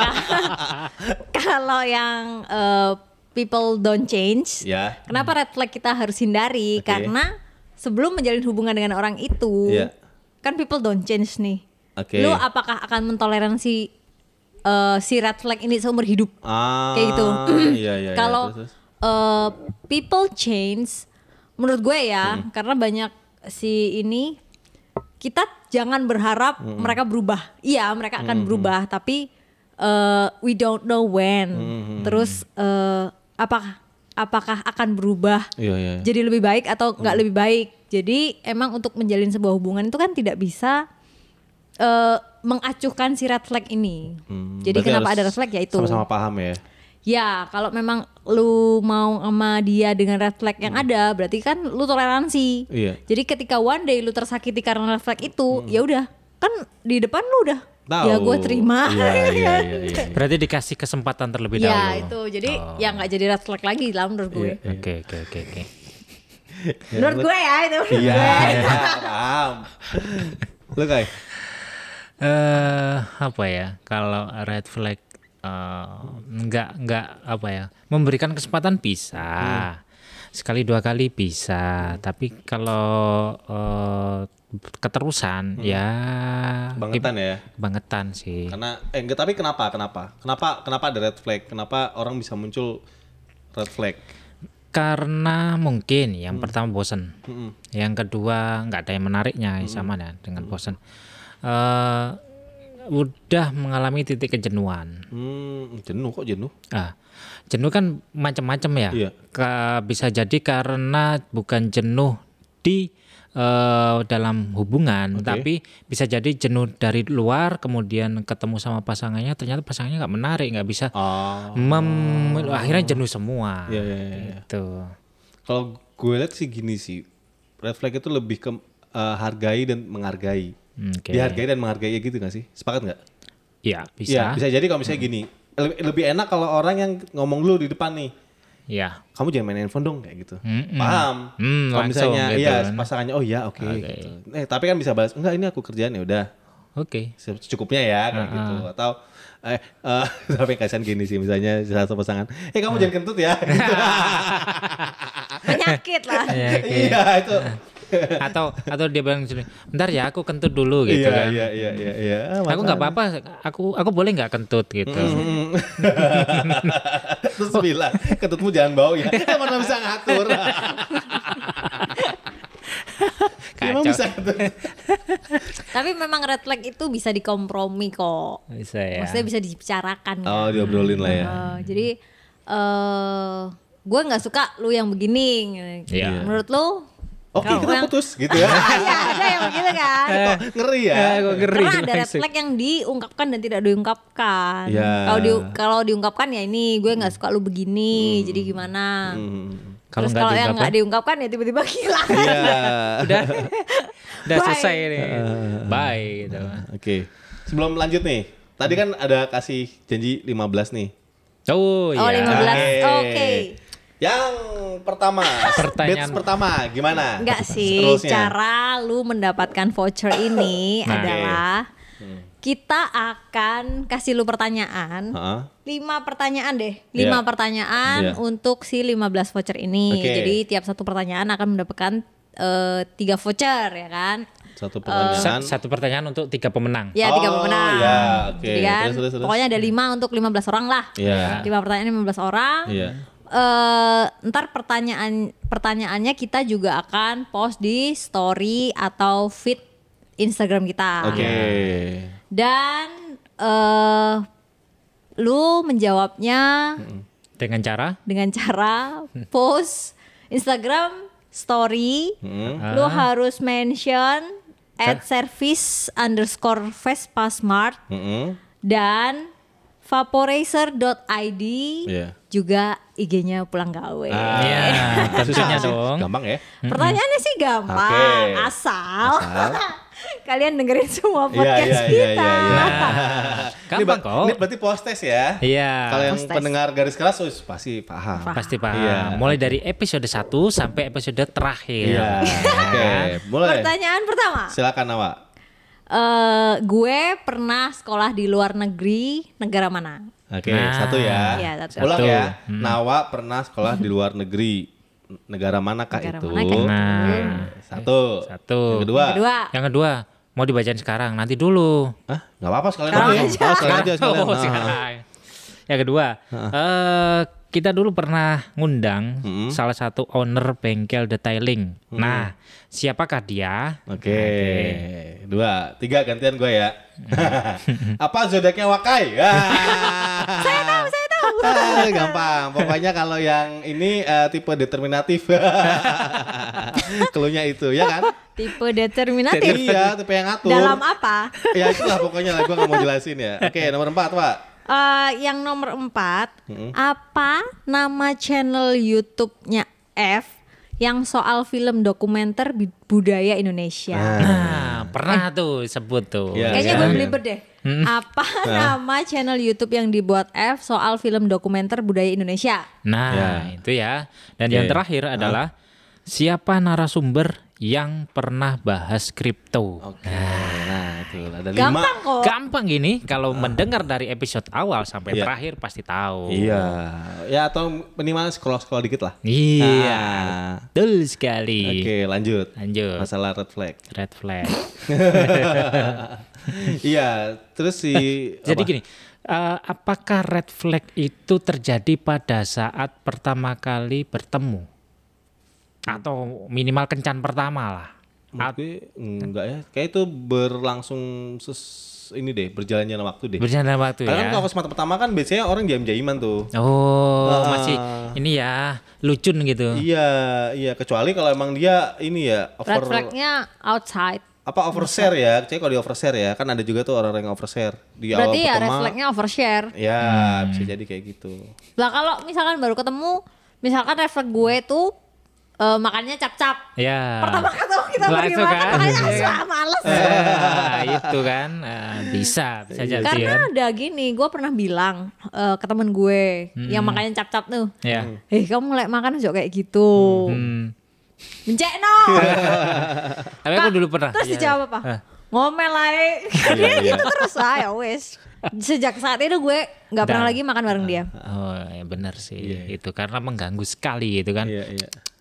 Kalau yang people don't change, Ya. kenapa red flag kita harus hindari? Oke. Karena sebelum menjalin hubungan dengan orang itu, Iya. kan people don't change nih. Oke. Lu apakah akan mentoleransi si red flag ini seumur hidup? Kayak gitu. Iya. Kalau Terus. people change, menurut gue ya, karena banyak si ini, kita jangan berharap mereka berubah. Iya, mereka akan berubah, tapi we don't know when. Terus apakah akan berubah? Iya. Jadi lebih baik atau nggak lebih baik? Jadi emang untuk menjalin sebuah hubungan itu kan tidak bisa mengacuhkan si red flag ini. Jadi Berarti kenapa harus ada red flag ya itu. Sama-sama paham ya. Ya, kalau memang lu mau sama dia dengan red flag yang ada, berarti kan lu toleransi. Iya. Jadi ketika one day lu tersakiti karena red flag itu, ya udah, kan di depan lu udah. Tahu. Ya gue terima. Iya. Berarti dikasih kesempatan terlebih Ya dahulu. itu, jadi ya nggak jadi red flag lagi lah menurut gue. Oke. Menurut gue ya itu. menurut Iya, gue. paham. Lu kayak Apa ya? Kalau red flag nggak apa ya? Memberikan kesempatan bisa. Sekali dua kali bisa, tapi kalau keterusan ya bangetan ya. bangetan sih. Karena enggak, tapi kenapa ada red flag? Kenapa orang bisa muncul red flag? Karena mungkin yang pertama bosen, yang kedua nggak ada yang menariknya sama ya dengan bosen. Udah mengalami titik kejenuhan. Jenuh kok jenuh? Jenuh kan macam-macam ya. Iya. Bisa jadi karena bukan jenuh di dalam hubungan, tapi bisa jadi jenuh dari luar, kemudian ketemu sama pasangannya, ternyata pasangannya nggak menarik, nggak bisa, akhirnya jenuh semua. Iya. Gitu. Kalau gue lihat sih gini sih, red flag itu lebih ke hargai dan menghargai. Oke. Dihargai dan menghargai ya gitu nggak sih? Sepakat nggak? Iya, bisa. Iya, bisa jadi kalau misalnya gini, lebih enak kalau orang yang ngomong lu di depan nih. Iya. Kamu jangan main handphone dong kayak gitu. Paham? Kalau langsung misalnya gitu iya kan. pasangannya oke gitu. Tapi kan bisa balas, enggak ini aku kerjaan ya udah. Oke. Secukupnya ya kayak gitu. Atau tapi kasihan gini sih misalnya satu pasangan, kamu jangan kentut ya. Gitu. Penyakit lah. Iya itu. atau dia bilang gini, bentar ya aku kentut dulu gitu kan. Iya. Aku nggak apa-apa, aku boleh nggak kentut gitu. Terus bilang, kentutmu jangan bau ya. Mana bisa ngatur. Emang Kacau. bisa ngatur. Tapi memang red flag itu bisa dikompromi kok. Bisa ya. Maksudnya bisa dibicarakan kan. Oh, diobrolin lah ya. Jadi gue nggak suka lu yang begini. Iya. Menurut lu? Oke, Kalau kita yang- putus gitu ya. Iya, ada yang begitu kan. Oh, ngeri ya. Kok ngeri Karena ada red langsung. flag yang diungkapkan dan tidak diungkapkan. Iya. Kalau diungkapkan ya ini gue nggak suka lu begini. Jadi gimana? Kalau Terus nggak kalau yang diungkapkan? nggak diungkapkan ya tiba-tiba hilang. Iya. Udah Bye. selesai nih. Bye gitu. Oke. Sebelum lanjut nih, tadi kan ada kasih janji 15 nih. Oh Oh, iya. 15. Oke. Yang pertama, Pertanyaan- batch pertama gimana? Enggak sih, Rulesnya? cara lu mendapatkan voucher ini Nah. adalah kita akan kasih lu pertanyaan. Heeh. 5 pertanyaan deh. 5 Iya. pertanyaan Iya. untuk si 15 voucher ini. Oke. Jadi tiap satu pertanyaan akan mendapatkan 3 voucher ya kan? Satu pertanyaan. Satu pertanyaan untuk 3 pemenang. Ya 3 Oh, pemenang. ya, oke. Jadi kan, Terus. pokoknya ada 5 untuk 15 orang lah. Iya. 5 pertanyaan 15 orang. Iya. Ntar pertanyaannya kita juga akan post di story atau feed Instagram kita. Oke. Dan lu menjawabnya Dengan cara dengan cara post Instagram story. Lu harus mention @service_Vespa_smart Mm-mm. dan vaporizer.id Iya. juga IG-nya pulang gawe. Iya, tentunya dong. Gampang ya. Pertanyaannya sih gampang, Oke. asal kalian dengerin semua podcast Iya, kita. Gampang kok. Ini berarti post test ya. Iya. Kalau yang Post test. pendengar garis keras pasti paham. Pasti paham. Iya. Mulai dari episode 1 sampai episode terakhir. Iya. Oke, mulai. Pertanyaan pertama. Silakan Nawa. Gue pernah sekolah di luar negeri, negara mana? Oke, Nah. satu ya. Iya, satu. Ulang Satu. ya. Nawa pernah sekolah di luar negeri. Negara manakah Negara itu? manakah itu? Nah, Satu. Satu. Yang kedua. Yang kedua, mau dibacain sekarang, nanti dulu. Hah? Nggak apa-apa sekalian Sekarang aja. aja. Oh, sekalian aja sekalian. Oh, Nah. sekarang. Yang kedua, kita dulu pernah ngundang salah satu owner bengkel detailing. Nah, siapakah dia? Oke. 2, 3 gantian gue ya. Apa zodiaknya Wakai? Saya tahu. Gampang. Pokoknya kalau yang ini tipe determinatif. Keluhnya itu, ya kan? Tipe determinatif. Iya, tipe yang ngatur. Dalam apa? Ya itulah pokoknya lah, gue gak mau jelasin ya. Oke, nomor 4 Pak. Yang nomor 4, apa nama channel YouTube-nya F yang soal film dokumenter budaya Indonesia? Nah, pernah tuh sebut tuh. Iya, Kayaknya iya, gue iya. belibet deh. Apa nama channel YouTube yang dibuat F soal film dokumenter budaya Indonesia? Nah, Ya. itu ya. Dan Oke. yang terakhir adalah siapa narasumber yang pernah bahas kripto? Oke, nah itu ada 5. Gampang kok. Gampang gini, kalau mendengar dari episode awal sampai Iya. terakhir pasti tahu. Iya, ya atau minimal scroll dikit lah. Iya, Ah. betul sekali. Oke, lanjut. Lanjut. Masalah red flag. Red flag. Iya, terus si Jadi apa? gini, apakah red flag itu terjadi pada saat pertama kali bertemu? Atau minimal kencan pertama lah? Tapi enggak ya, kayak itu berlangsung ini deh, berjalannya waktu deh. Berjalan waktu Karena kan ya? kalau kesempatan pertama kan biasanya orang jaim-jaiman tuh. Oh, masih ini ya, lucun gitu. Iya, kecuali kalau emang dia ini ya Red flagnya outside. apa overshare ya, cek kalau di overshare ya, kan ada juga tuh orang yang overshare di Berarti awal ya red pertama. flagnya overshare. Ya, bisa jadi kayak gitu. Lah kalau misalkan baru ketemu, misalkan red flag gue tuh makannya cap-cap. Ya. Pertama ketemu kita pergi Langsung makan, kan? makanya langsung males. Itu kan bisa jadi Karena kan. ada gini, gue pernah bilang ke temen gue yang makannya cap-cap tuh, Ya. kamu mulai makan kok kayak gitu, bencek no. Tapi aku dulu pernah. Terus dijawab apa? Ngomel aja. Dia gitu terus ya wes. Sejak saat itu gue nggak pernah lagi makan bareng dia. Oh, ya benar sih. Itu karena mengganggu sekali gitu kan. Iya.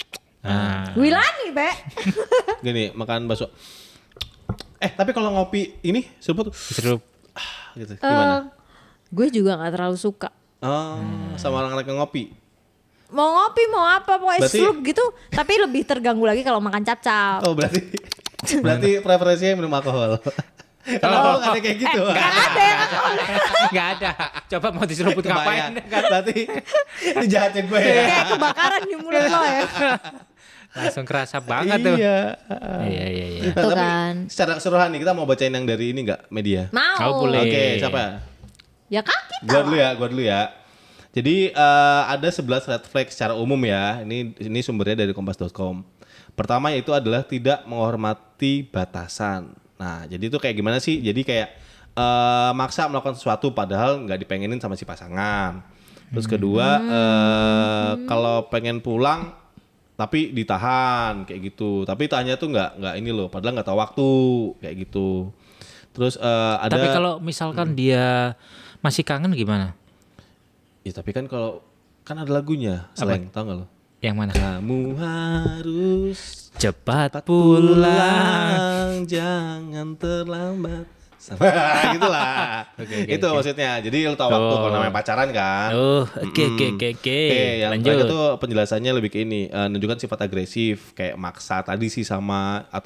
Wilani, Be. Gini, makan bakso. Tapi kalau ngopi ini seruput Seru. gitu. Gimana? Gue juga gak terlalu suka. Sama orang-orang yang ngopi. Mau ngopi mau apa pokoknya Berarti- slup gitu. Tapi lebih terganggu lagi kalau makan cap-cap. Oh, berarti preferensinya minum alkohol. Kenapa lu gak ada kayak gitu? Nggak ada. Coba mau diseruput ngapain? Kebayang. Berarti ini jahatnya gue ya. Kayak kebakaran di mulut lo ya. Langsung kerasa banget tuh. Iya. Iya. Nah, Tuh tapi kan. secara keseluruhan nih kita mau bacain yang dari ini nggak media? Mau. Oh, boleh. Oke, siapa? Ya kan kita. Gua dulu ya. Jadi ada 11 red flag secara umum ya. Ini sumbernya dari kompas.com. Pertama yaitu adalah tidak menghormati batasan. Nah, jadi itu kayak gimana sih? Jadi kayak maksa melakukan sesuatu padahal nggak dipengenin sama si pasangan. Terus kedua, kalau pengen pulang tapi ditahan kayak gitu. Tapi tahannya tuh nggak ini loh, padahal nggak tahu waktu kayak gitu. Terus ada. Tapi kalau misalkan dia masih kangen gimana? Ya tapi kan kalau kan ada lagunya, Slang, tau nggak lo? Yang mana? Kamu harus Cepat pulang. jangan terlambat. Sama gitulah. Itu maksudnya. Jadi lu tahu waktu kalau namanya pacaran kan. Oh, oke. Yang Lanjut. terakhir tuh penjelasannya lebih ke ini, menunjukkan sifat agresif, kayak maksa tadi sih sama atau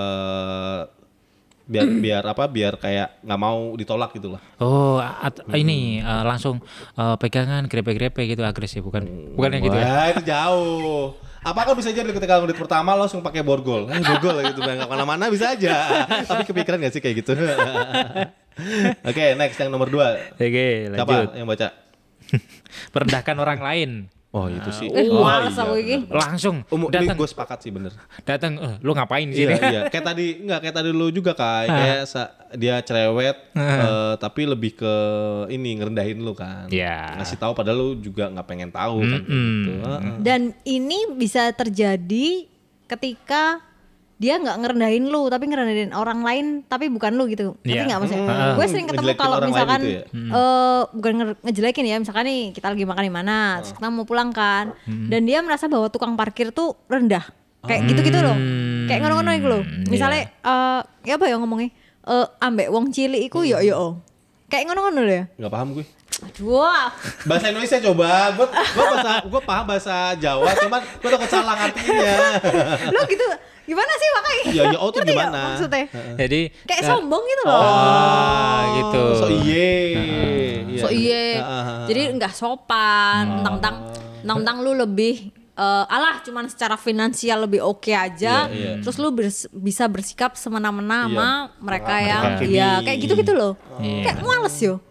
biar kayak nggak mau ditolak gitu lah. Oh, ini langsung pegangan grepe-grepe gitu agresif bukan yang gitu ya? Wah, itu jauh. Apakah bisa jadi ketika menit pertama lo langsung pakai borgol? Borgol gitu, nggak kemana-mana bisa aja. Tapi kepikiran nggak sih kayak gitu? Oke, next yang nomor 2. Oke, lanjut. Siapa yang baca? Merendahkan orang lain. Oh itu sih. Males aku ini. Langsung Ini datang gue sepakat sih bener. lu ngapain di sini? Iya. Kayak tadi lu juga kayak dia cerewet, tapi lebih ke ini ngerendahin lu kan. Iya. Ngasih tahu padahal lu juga nggak pengen tahu kan. Gitu. Dan ini bisa terjadi ketika dia nggak ngerendahin lu tapi ngerendahin orang lain tapi bukan lu gitu. Ngerti Iya. nggak maksudnya? Gue sering ketemu Ngejelekin kalau orang lain misalkan gitu ya? bukan ngejelekin ya, misalkan nih kita lagi makan di mana, terus kita mau pulang kan, dan dia merasa bahwa tukang parkir tuh rendah, kayak gitu-gitu loh, kayak ngono-ngono gitu loh. Misalnya ya apa ya ngomongnya, ambek wong cilik iku yo, kayak ngono-ngono loh ya. Nggak paham gue. Aduh, Bahasa Indonesia coba, gue paham bahasa Jawa, cuman gue takut salah artinya. lo gitu gimana sih makanya? Ya oh tuh Ngerti nggak gimana? maksudnya? Jadi Kayak sombong gitu loh. gitu. So iye. So iya, jadi nggak sopan, tentang lu lebih alah cuman secara finansial lebih oke aja, terus lu bisa bersikap semena-mena sama mereka yang ya kayak gitu-gitu loh, kayak males yo.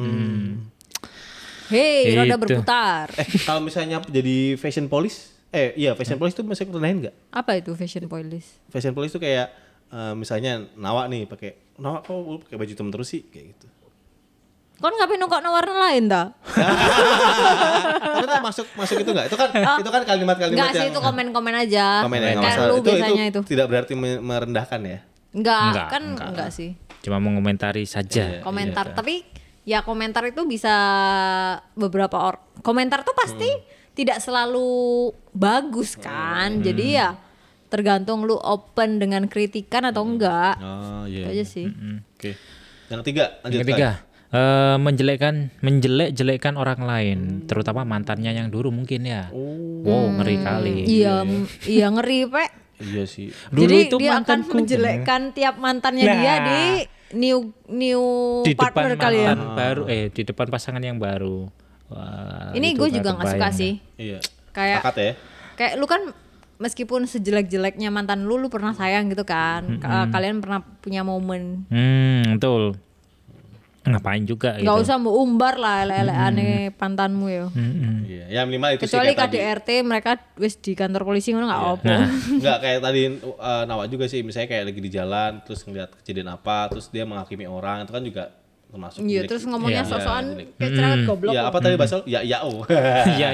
Hei, roda Itu. berputar. Kalau misalnya jadi fashion police, fashion police tuh masih kerendahin nggak? Apa itu fashion police? Fashion police tuh kayak misalnya Nawa nih Nawa kok lu pakai baju hitam terus sih kayak gitu. Kon ngapain nongkok warna lain dah? Tapi kan masuk itu nggak? Itu kan kalimat-kalimat Enggak yang sih, itu komen-komen aja. komen ya, nggak Kayak masalah. lu biasanya itu. Tidak berarti merendahkan ya. Enggak, kan enggak sih. Cuma mengomentari saja. Komentar, tapi ya komentar itu bisa beberapa komentar tuh pasti tidak selalu bagus kan. Jadi ya tergantung lu open dengan kritikan atau enggak. Oh iya. Itu aja sih. Oke. Yang ketiga, lanjut. Yang ketiga, menjelek-jelekan orang lain, terutama mantannya yang dulu mungkin ya. Wow, ngeri kali. Iya ngeri, Pak. Iya sih. Dulu Jadi itu dia akan mantanku. menjelekkan tiap mantannya dia di new Di partner depan kali ya. mantan baru, di depan pasangan yang baru. Wah, Ini itu gue nggak juga nggak suka kebayang. sih. Iya. Kayak Sepakat ya. kayak lu kan meskipun sejelek-jeleknya mantan lu pernah sayang gitu kan. Kalian pernah punya momen. Betul. Ngapain juga gitu. Nggak usah mau umbar lah ele-ele pantanmu ya. Iya. Yang minimal itu Kecuali sih kayak tadi. KDRT mereka wis di kantor polisi ngono nggak opo. Enggak kayak tadi Nawa juga sih, misalnya kayak lagi di jalan terus ngeliat kejadian apa terus dia menghakimi orang, itu kan juga termasuk Iya, jelek. terus ngomongnya Iya, sosokan jelek. kayak cerewet goblok. Ya apa tadi Basel? Ya oh. Iya,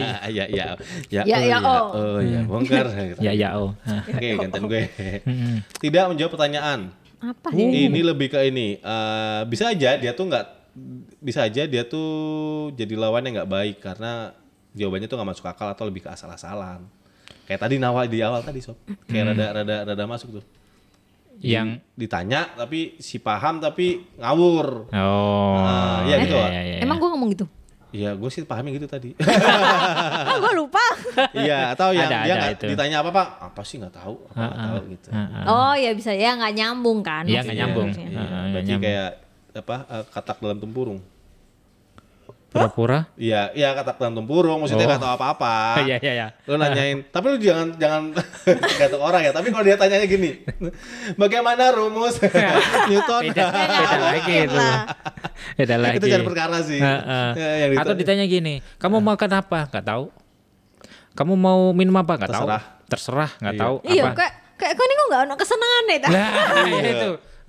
Oh ya bongkar. Gitu. Ya oh. Oke, gantian gue. Tidak menjawab pertanyaan. Apa Ini lebih ke ini. Bisa aja dia tuh jadi lawan yang nggak baik karena jawabannya tuh nggak masuk akal atau lebih ke asal-asalan. Kayak tadi di awal tadi sob. Kayak rada masuk tuh. Yang Ditanya tapi si paham tapi ngawur. Iya gitu lah. Emang gue ngomong gitu? Iya, gue sih pahamnya gitu tadi. Ah, gue lupa. Iya, atau yang Ada dia nggak itu. ditanya apa sih nggak tahu, nggak tahu gitu. Oh ya bisa ya nggak nyambung kan? Iya, nggak nyambung. maksudnya. Iya, berarti nyambung. kayak katak dalam tempurung. Pura-pura. Iya, katak dalam tempurung, maksudnya nggak tahu apa-apa. Iya. Lu nanyain, tapi lu jangan gantung orang ya. Tapi kalau dia tanyanya gini, bagaimana rumus Newton? Beda lagi itu. Beda lagi. Itu jadi perkara sih. Yang Atau ditanya gini, kamu makan apa? Nggak tahu. Kamu mau minum apa? Nggak tahu. Terserah, nggak tahu. Iya, Apa? kayak kau ini kok nggak ada kesenangan deh. Nah, itu.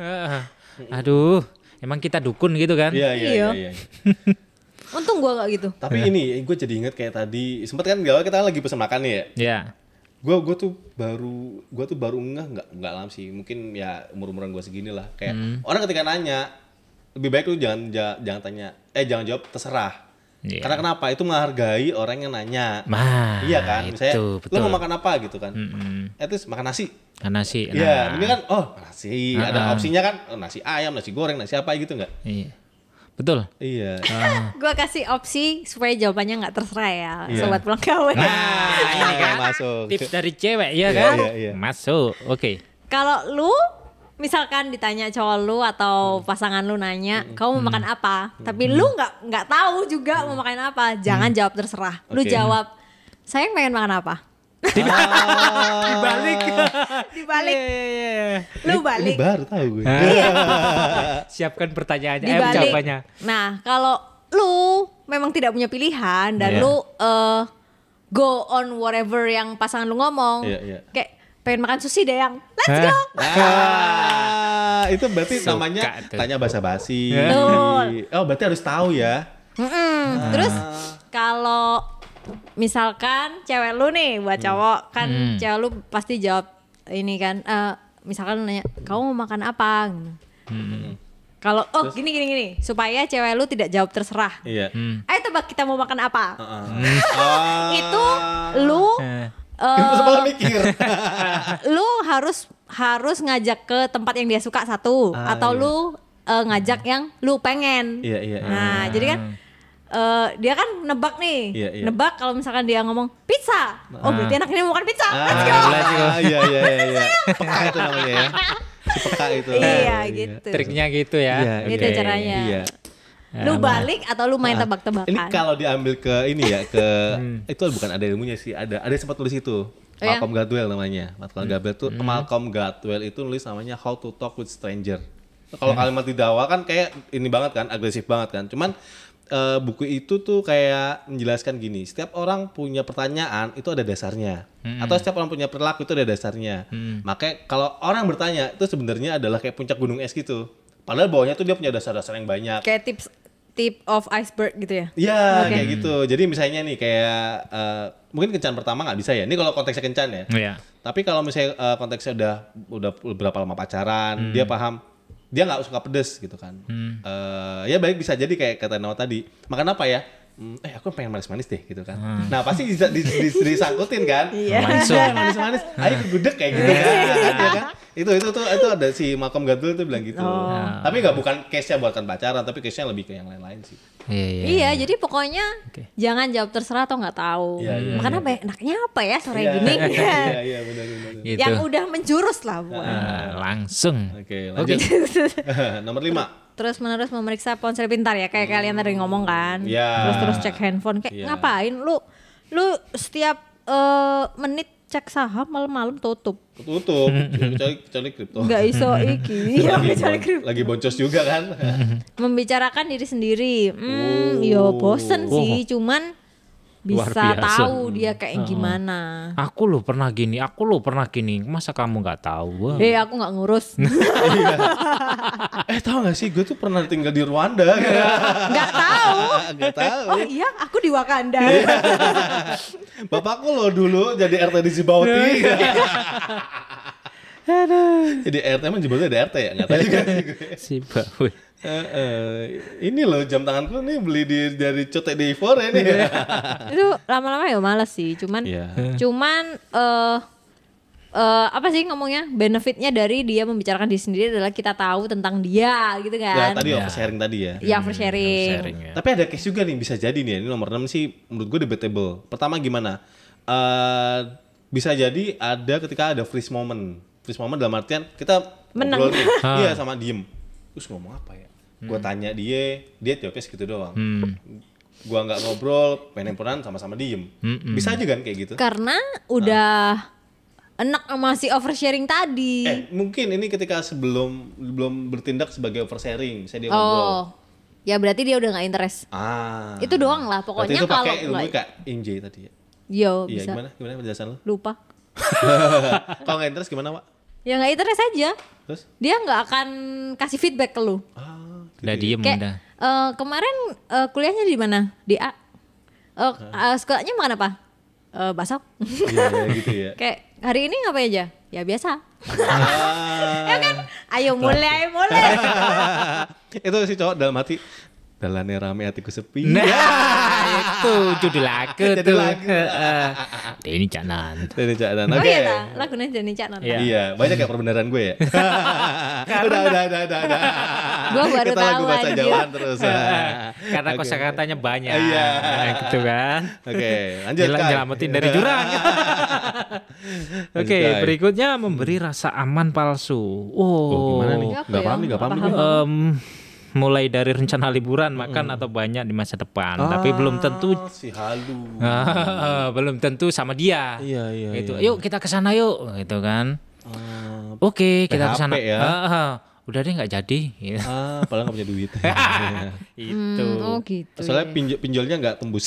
Aduh, emang kita dukun gitu kan? Iya. Untung gue nggak gitu. Tapi ini gue jadi inget kayak tadi sempet kan gak kita lagi pesen makan nih ya. Iya. Gue tuh baru nggak lama sih, mungkin ya umur-umuran gue segini lah. Kayak orang ketika nanya, lebih baik lu jangan tanya, jangan jawab terserah. Iya. Karena kenapa? Itu menghargai orang yang nanya. Iya kan? Misalnya betul. lu mau makan apa gitu kan? Itu makan nasi. Nasi. Iya, ini kan nasi. Ada opsinya kan, nasi ayam, nasi goreng, nasi apa gitu nggak? Iya. Betul. Iya. Gue kasih opsi supaya jawabannya nggak terserah ya, Iya. sobat pulang gawe. Nah, ini kan masuk. tips dari cewek ya kan? Iya. Masuk. Oke. Kalau lu misalkan ditanya cowok lu atau pasangan lu nanya, kamu mau makan apa? Tapi lu nggak tahu juga mau makan apa, jangan jawab terserah. Lu Oke. jawab, sayang pengen makan apa? Dibalik. Dibalik, Iya. lu Ini balik. baru tahu gue. Siapkan pertanyaannya, Dibalik. jawabannya. Nah, kalau lu memang tidak punya pilihan dan Iya. lu go on whatever yang pasangan lu ngomong, Iya. kayak pengen makan sushi deh yang, let's go. Itu berarti Suka namanya tuh. tanya basa-basi. Betul. Oh, berarti harus tahu ya. Terus kalau misalkan cewek lu nih buat cowok kan, cewek lu pasti jawab ini kan, misalkan lu nanya kamu mau makan apa gitu. Kalau gini supaya cewek lu tidak jawab terserah, Iya. ayo tebak kita mau makan apa. Itu lu Itu sebelah mikir. lu harus ngajak ke tempat yang dia suka satu, atau iya. lu ngajak yang lu pengen. Iya. Nah, jadi kan dia kan nebak nih. Iya. Nebak kalau misalkan dia ngomong pizza. Oh, berarti anaknya mau makan pizza. Let's go. Iya. Peka itu namanya ya. Si peka itu. Iya, gitu. Triknya gitu ya. Iya, Gitu Oke. caranya. Iya. Lu balik atau lu main tebak-tebakan. Ini kalau diambil ke ini ya, itu bukan ada ilmunya sih, ada sempat tulis itu. ya? Malcolm Gladwell namanya. Malcolm Gladwell itu nulis namanya How to Talk with Stranger. Kalau kalimat di awal kan kayak ini banget kan, agresif banget kan. Cuman buku itu tuh kayak menjelaskan gini, setiap orang punya pertanyaan itu ada dasarnya. Atau setiap orang punya perilaku itu ada dasarnya. Makanya kalau orang bertanya itu sebenarnya adalah kayak puncak gunung es gitu. Padahal bawahnya tuh dia punya dasar-dasar yang banyak. Kayak tip of iceberg gitu ya. Iya, Oke. kayak gitu. Jadi misalnya nih kayak mungkin kencan pertama nggak bisa ya. Ini kalau konteksnya kencan ya. Iya. Tapi kalau misalnya konteksnya udah berapa lama pacaran, dia paham dia nggak suka pedes gitu kan. Ya baik bisa jadi kayak kata Noah tadi. Makan apa ya? Aku pengen manis-manis deh gitu kan. Nah pasti disangkutin kan. Iya. Langsung. Manis-manis. Ayo ke gudeg kayak gitu kan. Ya kan? Itu ada si Malcolm Gladwell itu bilang gitu. Tapi nggak bukan case-nya buatan pacaran, tapi case-nya lebih ke yang lain-lain sih. Iya, jadi pokoknya jangan jawab terserah atau nggak tahu. Iya, Makan apa ya? Enaknya apa ya sore Iya, gini? Iya benar. Gitu. Yang udah menjurus lah pokoknya. Langsung. Oke, lanjut. Nomor 5. Terus menerus memeriksa ponsel pintar ya, kayak kalian tadi ngomong kan. Iya. Terus cek handphone, kayak Iya. ngapain lu setiap menit cek saham malam-malam tutup. Tutup, kecuali kripto. Nggak iso iki. Iya, kecuali kripto. Lagi boncos juga kan. Membicarakan diri sendiri. Yo bosen sih, cuman Luar bisa biasa. tahu dia kayak gimana. Aku loh pernah gini. Masa kamu nggak tahu? Wah. Aku nggak ngurus. Tahu nggak sih, gue tuh pernah tinggal di Rwanda. Nggak tahu. Nggak tahu. Oh iya, aku di Wakanda. Bapakku loh dulu jadi RT di Cibauti. Jadi RT emang Cibauti ada RT ya? Nggak tahu juga sih gue. Si Bawe. Ini loh jam tanganku nih beli dari Cote d'Ivoire ini. Itu lama-lama ya males sih. Cuman Iya. apa sih ngomongnya, benefitnya dari dia membicarakan diri sendiri adalah kita tahu tentang dia gitu Ya kan. tadi oversharing tadi ya. Ya oversharing. Sharing ya. Tapi ada case juga nih bisa jadi nih. Ini nomor 6 sih menurut gue debatable. Pertama gimana? Bisa jadi ada ketika ada freeze moment. Freeze moment dalam artian kita Menang. ngobrol nih. Iya sama diem. Terus ngomong apa ya? Gue tanya dia jawabnya segitu doang. Gua nggak ngobrol, main handphonean sama-sama diem. Bisa aja kan kayak gitu? Karena udah enak sama si oversharing tadi. Mungkin ini ketika belum bertindak sebagai oversharing, saya dia ngobrol. Oh. Ya berarti dia udah gak interest. Itu doang lah Berarti pokoknya itu kalau pakai ilmu Kak Injay tadi ya. Yo Iya, bisa. gimana penjelasan lu? Lupa. Kalau nggak interest gimana, Pak? Ya gak interest aja. Terus? Dia gak akan kasih feedback ke lu. Udah diem Kayak udah. kemarin kuliahnya di mana? Di A. Sekolahnya makan apa? Bakso. Iya, gitu ya. Kayak hari ini ngapain aja? Ya biasa. Ya kan? Ayo mulai. Itu si cowok dalam hati dalane rame hatiku sepi. Nah, itu judul lagu Judul tuh. lagu. Ini canan. Dari Cak Dan. Oh Oke. iya ta, lagunya jadi Cak Nan. Iya. Iya, banyak ya perbenaran gue ya. udah. Gua baru Kita tahu lagu bahasa anjir. Jawaan terus. Karena Oke. kosakatanya banyak. Iya. Gitu kan. Oke, lanjut Kai. Nyelamatin dari jurang. Oke, Kai. berikutnya memberi rasa aman palsu. Oh, gimana nih? Apa Nggak ya? paham nih, nggak paham Nggak nih. paham. Mulai dari rencana liburan, makan atau banyak di masa depan, tapi belum tentu si halu. belum tentu sama dia. Iya. Gitu. Yuk kita ke sana yuk, gitu kan. Oke, kita ke sana. PHP ya. Udah deh nggak jadi. Gitu. Padahal nggak punya duit. Itu. Oh gitu. Soalnya pinjolnya nggak tembus.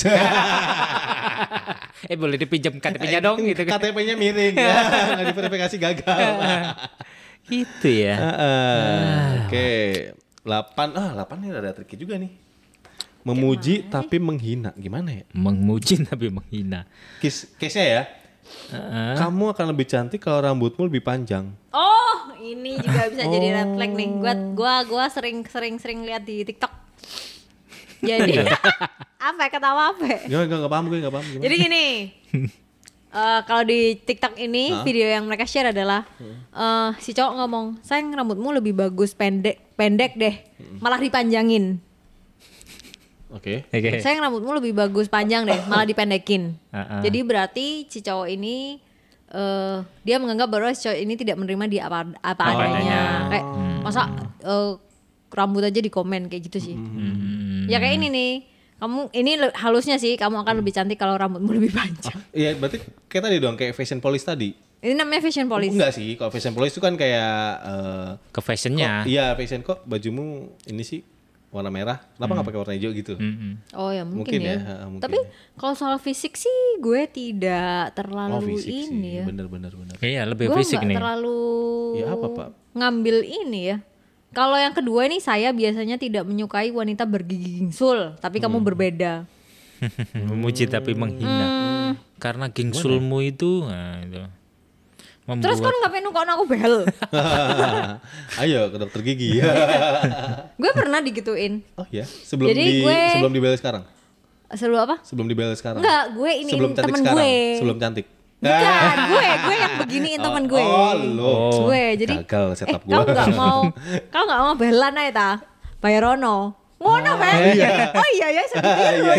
Boleh dipinjam KTP-nya dong gitu kan. KTP-nya miring ya, nggak diverifikasi gagal. Gitu ya. Oke, 8 nih ada tricky juga nih. Memuji tapi menghina, gimana ya? Memuji tapi menghina. Case-nya ya. Kamu akan lebih cantik kalau rambutmu lebih panjang. Oh, ini juga bisa jadi red flag nih. Gua sering lihat di TikTok. Jadi apa ya, ketawa apa ya? Enggak paham gue, enggak paham gimana. Jadi gini. Kalau di TikTok ini video yang mereka share adalah si cowok ngomong, "Sayang, rambutmu lebih bagus pendek deh. Malah dipanjangin." Oke. Sayang, rambutmu lebih bagus panjang deh, malah dipendekin. Uh-uh. Jadi berarti si cowok ini dia menganggap bahwa si cowok ini tidak menerima dia apa adanya. Kayak masa rambut aja dikomen kayak gitu sih. Ya kayak ini nih. Kamu ini halusnya sih, kamu akan lebih cantik kalau rambutmu lebih panjang. Iya, berarti kayak tadi dong, kayak fashion police tadi. Ini namanya fashion police. Enggak sih, kalau fashion police itu kan kayak Ke fashionnya. iya, fashion kok bajumu ini sih warna merah. Kenapa nggak pakai warna hijau gitu? Oh ya mungkin ya. mungkin Tapi ya. kalau soal fisik sih gue tidak terlalu fisik ini sih, ya. bener. Iya, lebih Gue fisik nggak nih. terlalu Ya, apa, Pak? ngambil ini ya. Kalau yang kedua ini saya biasanya tidak menyukai wanita bergigi gingsul, tapi kamu berbeda. Memuji tapi menghina. Karena gingsulmu itu, nah, itu. Terus kan ngapain nukon aku behel? Ayo ke dokter gigi. Gue pernah digituin. Oh ya, sebelum Jadi gue- sebelum dibel sekarang. Sebelum apa? Sebelum dibel sekarang. Enggak, gue ini sebelum cantik temen sekarang. gue. Sebelum cantik. Bukan, gue yang beginiin temen gue. Oh, lo. Gue jadi Gagal setup gue. kau nggak mau behelan aja ta? Bayarono. Ngono kan? Oh iya ya segitu.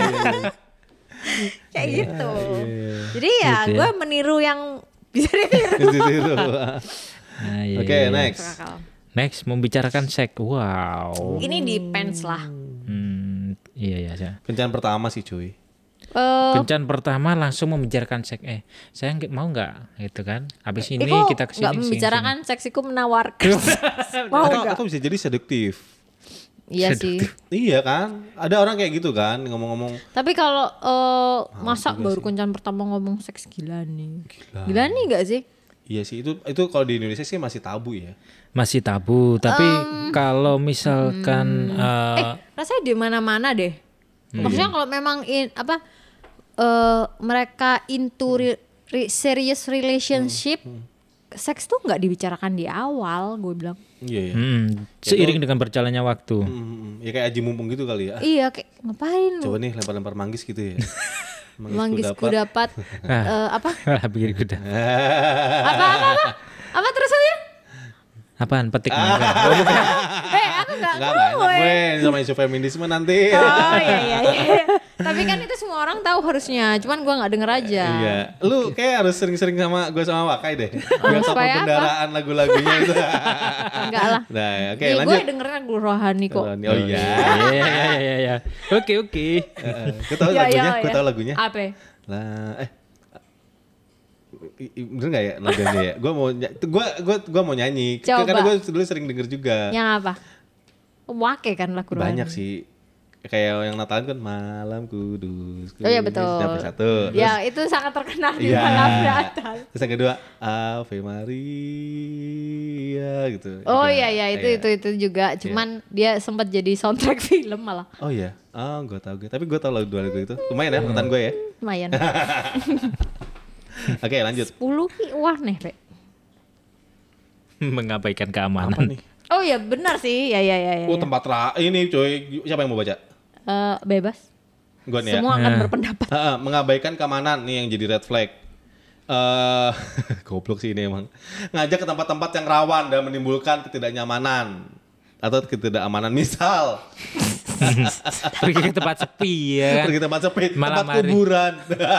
Kayak gitu. Jadi ya Gitu ya. gue meniru yang bisa ditiru. Ditiru. Nah, iya, Oke, iya. next. Next, membicarakan seks. Wow. Ini depends lah. Iya. Kencan pertama sih cuy. Kencan pertama langsung membicarakan seks. Saya mau nggak? Gitu kan. Habis ini Iko kita kesini. nggak membicarakan seksiku menawarkan. Mau nggak? Atau bisa jadi seduktif. Iya sih. Iya kan? Ada orang kayak gitu kan ngomong-ngomong. Tapi kalau masa baru kencan pertama ngomong seks gila nih. Gila nih nggak sih? Iya sih itu kalau di Indonesia sih masih tabu ya. Masih tabu. Tapi kalau misalkan Rasanya di mana-mana deh. Maksudnya kalau memang mereka into serious relationship, seks tuh nggak dibicarakan di awal, gue bilang. Iya ya. Seiring dengan berjalannya waktu. Ya kayak aji mumpung gitu kali ya. Iya, kayak ngapain lu? Coba nih lempar-lempar manggis gitu ya. Manggisku dapat apa? Pikir kuda. Apa terusannya? Apaan petik mangga? Oh, bukan. Aku nggak Enggak tahu. enak gue sama isu feminisme nanti. Oh iya. Tapi kan itu semua orang tahu harusnya, cuman gue nggak denger aja. Iya, lu kayak harus sering-sering sama gue sama Wakai deh. Biar tahu supaya apa? kendaraan lagu-lagunya itu. Enggak lah. Nah, oke Ih, lanjut. gue dengerin lagu rohani kok. Oh iya. Iya. Oke. Gue tahu lagunya. Apa? Lah, bener nggak ya lagunya ya? Gue mau nyanyi. Coba. Karena gue dulu sering denger juga. Yang apa? Wake kan lagu rohani. Banyak sih. Kayak yang Natalan kan Malam Kudus. Oh iya betul. Dapat satu. Ya itu sangat terkenal di Iya. malam Natal. Terus yang kedua Ave Maria gitu. Oh Juga. iya itu juga. Cuman dia sempat jadi soundtrack film malah. Oh iya. Oh gue tahu gue. Tapi gue tahu lagu dua lagu itu. Lumayan ya menurut gue ya. Lumayan. Oke lanjut. 10 wah nih, Rek. Mengabaikan Apa keamanan. nih? Oh iya benar sih. Ya. Oh tempat ini coy. Siapa yang mau baca? Bebas. Gue nih ya. Semua akan berpendapat. Mengabaikan keamanan nih yang jadi red flag. Goblok sih ini emang. Ngajak ke tempat-tempat yang rawan dan menimbulkan ketidaknyamanan atau ketidakamanan. Misal Pergi ke tempat sepi ya kan. pergi tempat sepi, Malam tempat hari. kuburan.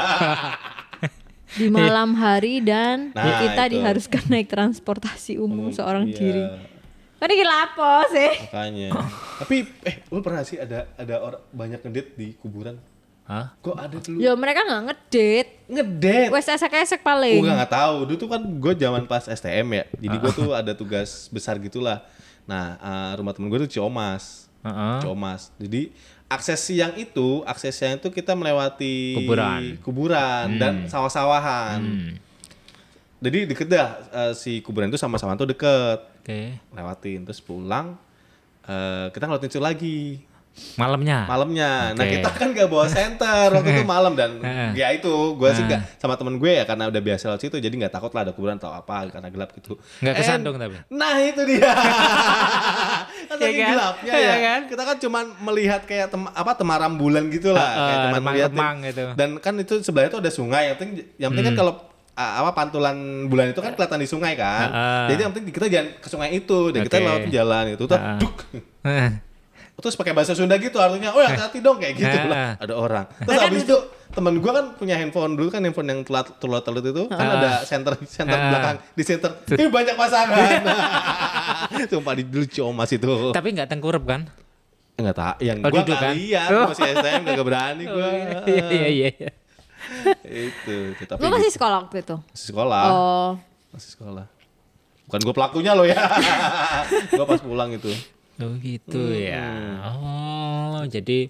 Di malam hari dan Nah, kita itu. diharuskan naik transportasi umum seorang Iya, diri. Kan ini lapo sih? makanya. Tapi lu pernah sih ada orang banyak ngedate di kuburan? Hah? Kok ada dulu? Ya mereka nggak ngedate. Ngedate. Wes esek-esek paling. Gue nggak tahu. Dulu tuh kan gue zaman pas STM ya. Jadi gue tuh ada tugas besar gitulah. Nah rumah temen gue tuh Ciomas. Ciomas. Jadi akses siang itu kita melewati kuburan dan sawah-sawahan. Jadi deket dah si kuburan itu sama sawah tuh deket. Oke. Lewatin terus pulang kita ngeliatin itu lagi. Malamnya. Nah Oke. kita kan gak bawa senter waktu itu malam dan ya itu gue sih gak sama temen gue ya karena udah biasa lewat situ jadi gak takut lah ada kuburan atau apa karena gelap gitu. Nggak kesandung tapi. Nah itu dia. Kan Iya lagi kan? gelapnya Iya ya. kan? Kita kan cuma melihat kayak temaram bulan gitu lah. Kayak cuma remang-remang ngeliatin. gitu. Dan kan itu sebelahnya tuh ada sungai. Yang penting kan kalau pantulan bulan itu kan kelihatan di sungai kan. Jadi yang penting kita jangan ke sungai itu. Dan kita Oke. lewatin jalan itu. Duk. Terus pakai bahasa Sunda gitu artinya, oh hati-hati dong kayak gitu lah. Ada orang. Terus habis itu temen gue kan punya handphone dulu kan handphone yang telut itu kan ada center belakang di center. Ini banyak pasangan. Sumpah di dulu Ciomas itu. Tapi nggak tengkurap kan? Enggak tak, yang Oh, gue duduk nggak kan? lihat, masih STM gak berani gue. Iya. Itu. Tapi Lu masih sekolah waktu itu? masih sekolah. Oh. Masih sekolah. Bukan gue pelakunya loh ya. Gue pas pulang itu. Oh gitu ya. Oh jadi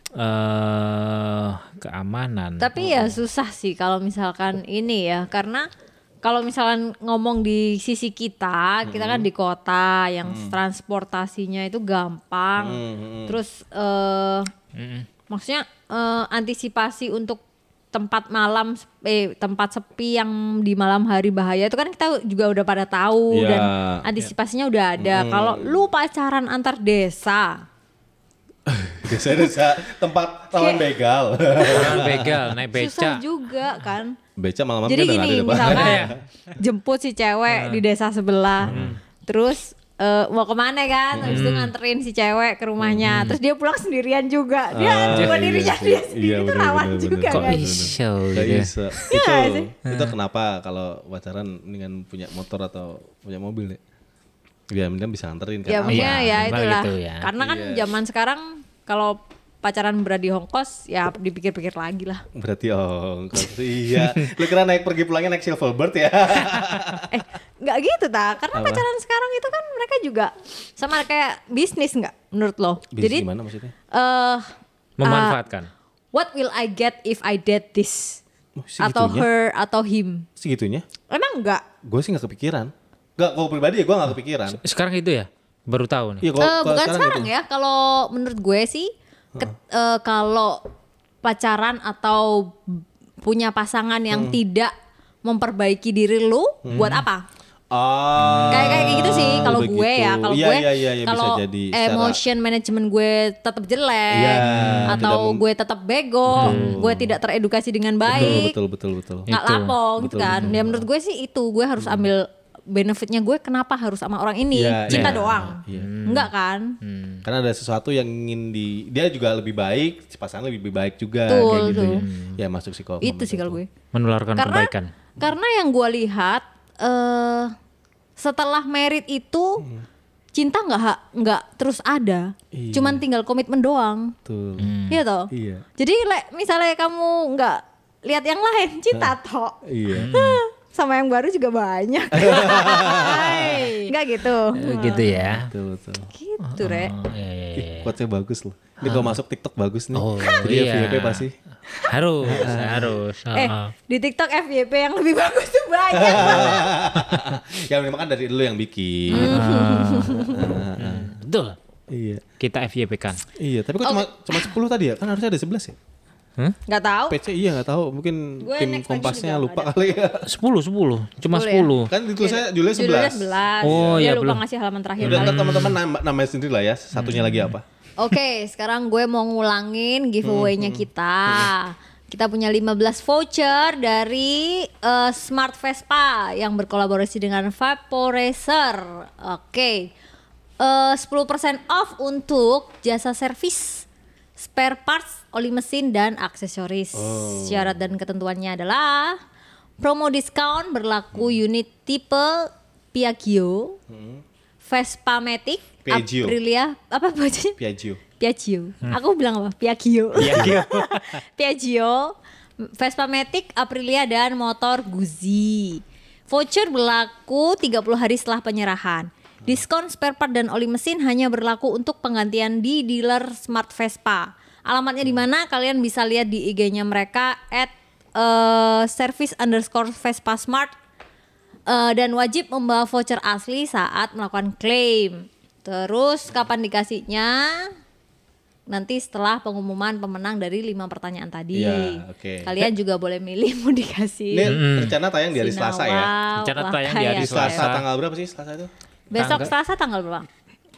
keamanan. Tapi ya susah sih kalau misalkan ini ya karena kalau misalkan ngomong di sisi kita kan di kota yang transportasinya itu gampang. Terus maksudnya antisipasi untuk tempat sepi yang di malam hari bahaya itu kan kita juga udah pada tahu Iya. dan antisipasinya udah ada. Kalau lu pacaran antar desa, Desa tempat rawan begal. Orang begal naik susah beca. juga kan. Beca malam-malam Jadi kan udah gini, nggak ada misalkan jemput si cewek di desa sebelah, terus mau kemana kan, habis itu nganterin si cewek ke rumahnya, terus dia pulang sendirian juga, dia cuma dirinya dia sendiri itu rawan juga Kok kan. iso Gak gitu. bisa. Iya nggak sih? Itu kenapa kalau pacaran dengan punya motor atau punya mobil ya? Ya mending bisa nganterin kan. Ya maksudnya Iya, ya memang itulah, gitu ya. karena kan Iya. zaman sekarang kalau pacaran berada di Hongkos ya dipikir-pikir lagi lah. Berarti iya. Lu kira naik pergi pulangnya naik Silverbird ya? Nggak gitu karena pacaran sekarang itu kan mereka juga sama kayak bisnis nggak menurut lo? Bisnis Jadi gimana maksudnya? Memanfaatkan. what will I get if I date this? Oh, Atau segitunya? her atau him? Segitunya? Emang enggak? Gue sih gak kepikiran. Gak, kalau pribadi ya gue gak kepikiran. Sekarang itu ya? Baru tahu nih. Iya, kalau Bukan sekarang gitu. ya. Kalau menurut gue sih, kalau pacaran atau punya pasangan yang tidak memperbaiki diri lu, buat apa? Oh. Kayak gitu sih kalau gue begitu. ya, kalau Iya, gue iya, bisa kalau jadi secara- emotion management gue tetap jelek Iya, atau tidak gue tetap bego, gue tidak teredukasi dengan baik, betul. nggak lapong gitu Betul, kan. Ya menurut gue sih itu gue harus ambil benefitnya, gue kenapa harus sama orang ini, Iya, cinta iya. doang, Iya. enggak kan? Karena ada sesuatu yang ingin dia juga lebih baik, si pasangan lebih baik juga Betul, kayak gitu betul. ya. Ya masuk psikolog. Itu sih kalau gue. Menularkan kebaikan. Karena yang gue lihat setelah merit itu cinta nggak terus ada, Iya. cuman tinggal komitmen doang, Betul. iya toh. Iya. Jadi misalnya kamu nggak lihat yang lain, cinta toh. Iya. Sama yang baru juga banyak. Nggak gitu. Gitu ya. Betul. Gitu, Re. Oh, iya, iya, iya. Quotes-nya bagus loh. Ini kalau masuk TikTok bagus nih. Oh, Jadi iya. FYP pasti. Harus. Di TikTok FYP yang lebih bagus tuh banyak. Ya memang kan dari dulu yang bikin. Betul. Iya. Kita FYP kan. Iya, tapi kok cuma 10 tadi ya? Kan harusnya ada 11 ya? Nggak tahu. PC iya nggak tahu, mungkin Gue tim next Kompasnya juga lupa nggak kali ya. 10. Cuma 10 ya? 10. Kan ditulisnya judulnya 11. Judulnya 11. Oh, Dia ya lupa belum. ngasih halaman terakhir. Udah kali. ntar teman-teman namanya sendiri lah ya. Satunya lagi apa? Oke, sekarang gue mau ngulangin giveaway-nya kita. Kita punya 15 voucher dari Smart Vespa yang berkolaborasi dengan Vaporacer. Oke. 10% off untuk jasa servis, spare parts, oli mesin dan aksesoris. Syarat dan ketentuannya adalah promo diskon berlaku unit tipe Piaggio, Vespa Matic, Piaggio. Aprilia, apa bacanya? Piaggio. Aku bilang apa? Piaggio. Iya. Piaggio, Vespa Matic, Aprilia dan motor Guzzi. Voucher berlaku 30 hari setelah penyerahan. Diskon spare part dan oli mesin hanya berlaku untuk penggantian di dealer Smart Vespa. Alamatnya di mana? Kalian bisa lihat di IG-nya mereka @service_Vespa Smart. Dan wajib membawa voucher asli saat melakukan klaim. Terus kapan dikasihnya? Nanti setelah pengumuman pemenang dari 5 pertanyaan tadi. Iya, oke. Kalian juga boleh milih mau dikasih Ini rencana tayang di hari Selasa ya. Rencana tayang di hari Selasa Selasa. tanggal berapa sih Selasa itu? Besok Selasa tanggal berapa?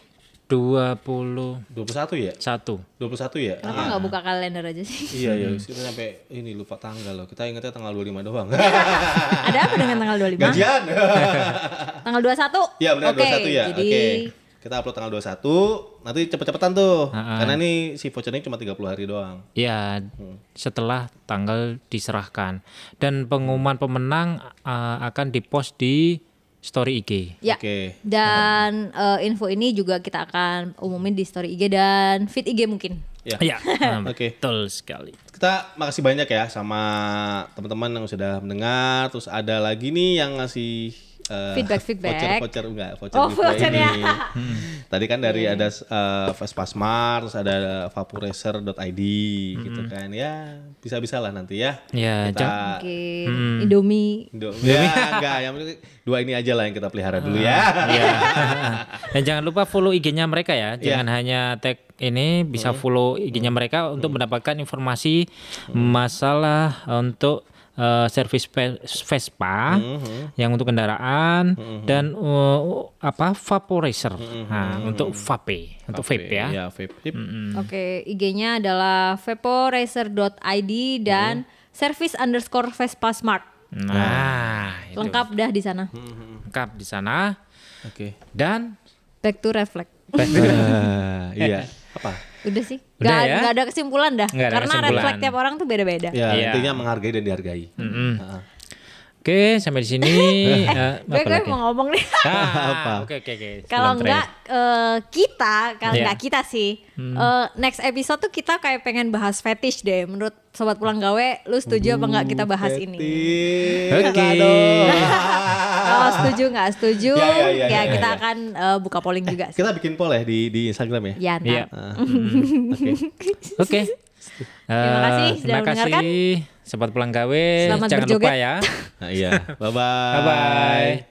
21. 21 ya? 21 ya? Kenapa nggak buka kalender aja sih? Iya, kita sampai ini lupa tanggal loh. Kita ingatnya tanggal 25 doang. Ada apa dengan tanggal 25? Gajian. Tanggal 21? Iya benar Oke, 21 ya. Jadi Oke. Kita upload tanggal 21. Nanti cepet-cepetan tuh. Karena ini si voucher ini cuma 30 hari doang. Ya, setelah tanggal diserahkan. Dan pengumuman pemenang akan dipost di story IG. ya. Oke. Dan info ini juga kita akan umumin di story IG dan feed IG mungkin. Ya. Iya, Oke. betul sekali. Kita makasih banyak ya sama teman-teman yang sudah mendengar. Terus ada lagi nih yang ngasih Feedback. voucher Oh, giveaway vouchernya. ini. Tadi kan dari ada Vespa Smart, terus ada vaporacer.id gitu kan. Ya, bisa-bisa lah nanti ya. Ya, Kita Oke, Indomie. Ya, enggak, yang penting 2 ini aja lah yang kita pelihara dulu ya. Iya. Dan jangan lupa follow IG-nya mereka ya. Jangan hanya tag ini, bisa follow IG-nya mereka untuk mendapatkan informasi masalah untuk servis Vespa yang untuk kendaraan dan Vaporacer. Nah, untuk vape, untuk vape ya. Ya, vape. Oke, IG-nya adalah vaporacer.id dan service_Vespa Smart. Nah, itu Lengkap dah di sana. lengkap di sana. Oke. Dan Back to reflect. Iya. Apa? Udah sih. Udah ya? Nggak ada kesimpulan dah. Nggak ada Karena kesimpulan. reflect tiap orang tuh beda-beda. Ya, Iya. intinya menghargai dan dihargai. Oke, sampai di sini. Gue mau ngomong nih. Apa? Oke. Kalau Sebelum enggak kalau Iya. enggak kita sih. Next episode tuh kita kayak pengen bahas fetish deh. Menurut sobat pulang gawe, lu setuju apa enggak kita bahas ini? Oke. Kalau setuju nggak setuju, Ya, kita ya. akan buka polling juga. Kita bikin poll ya di Instagram ya. Ya, Iya. ntar. Oke. Oke. Terima kasih sudah Terima mendengarkan. kasih. Sobat pulang gawe. Selamat Jangan berjoget. lupa ya. Nah, iya. Bye-bye. Bye-bye.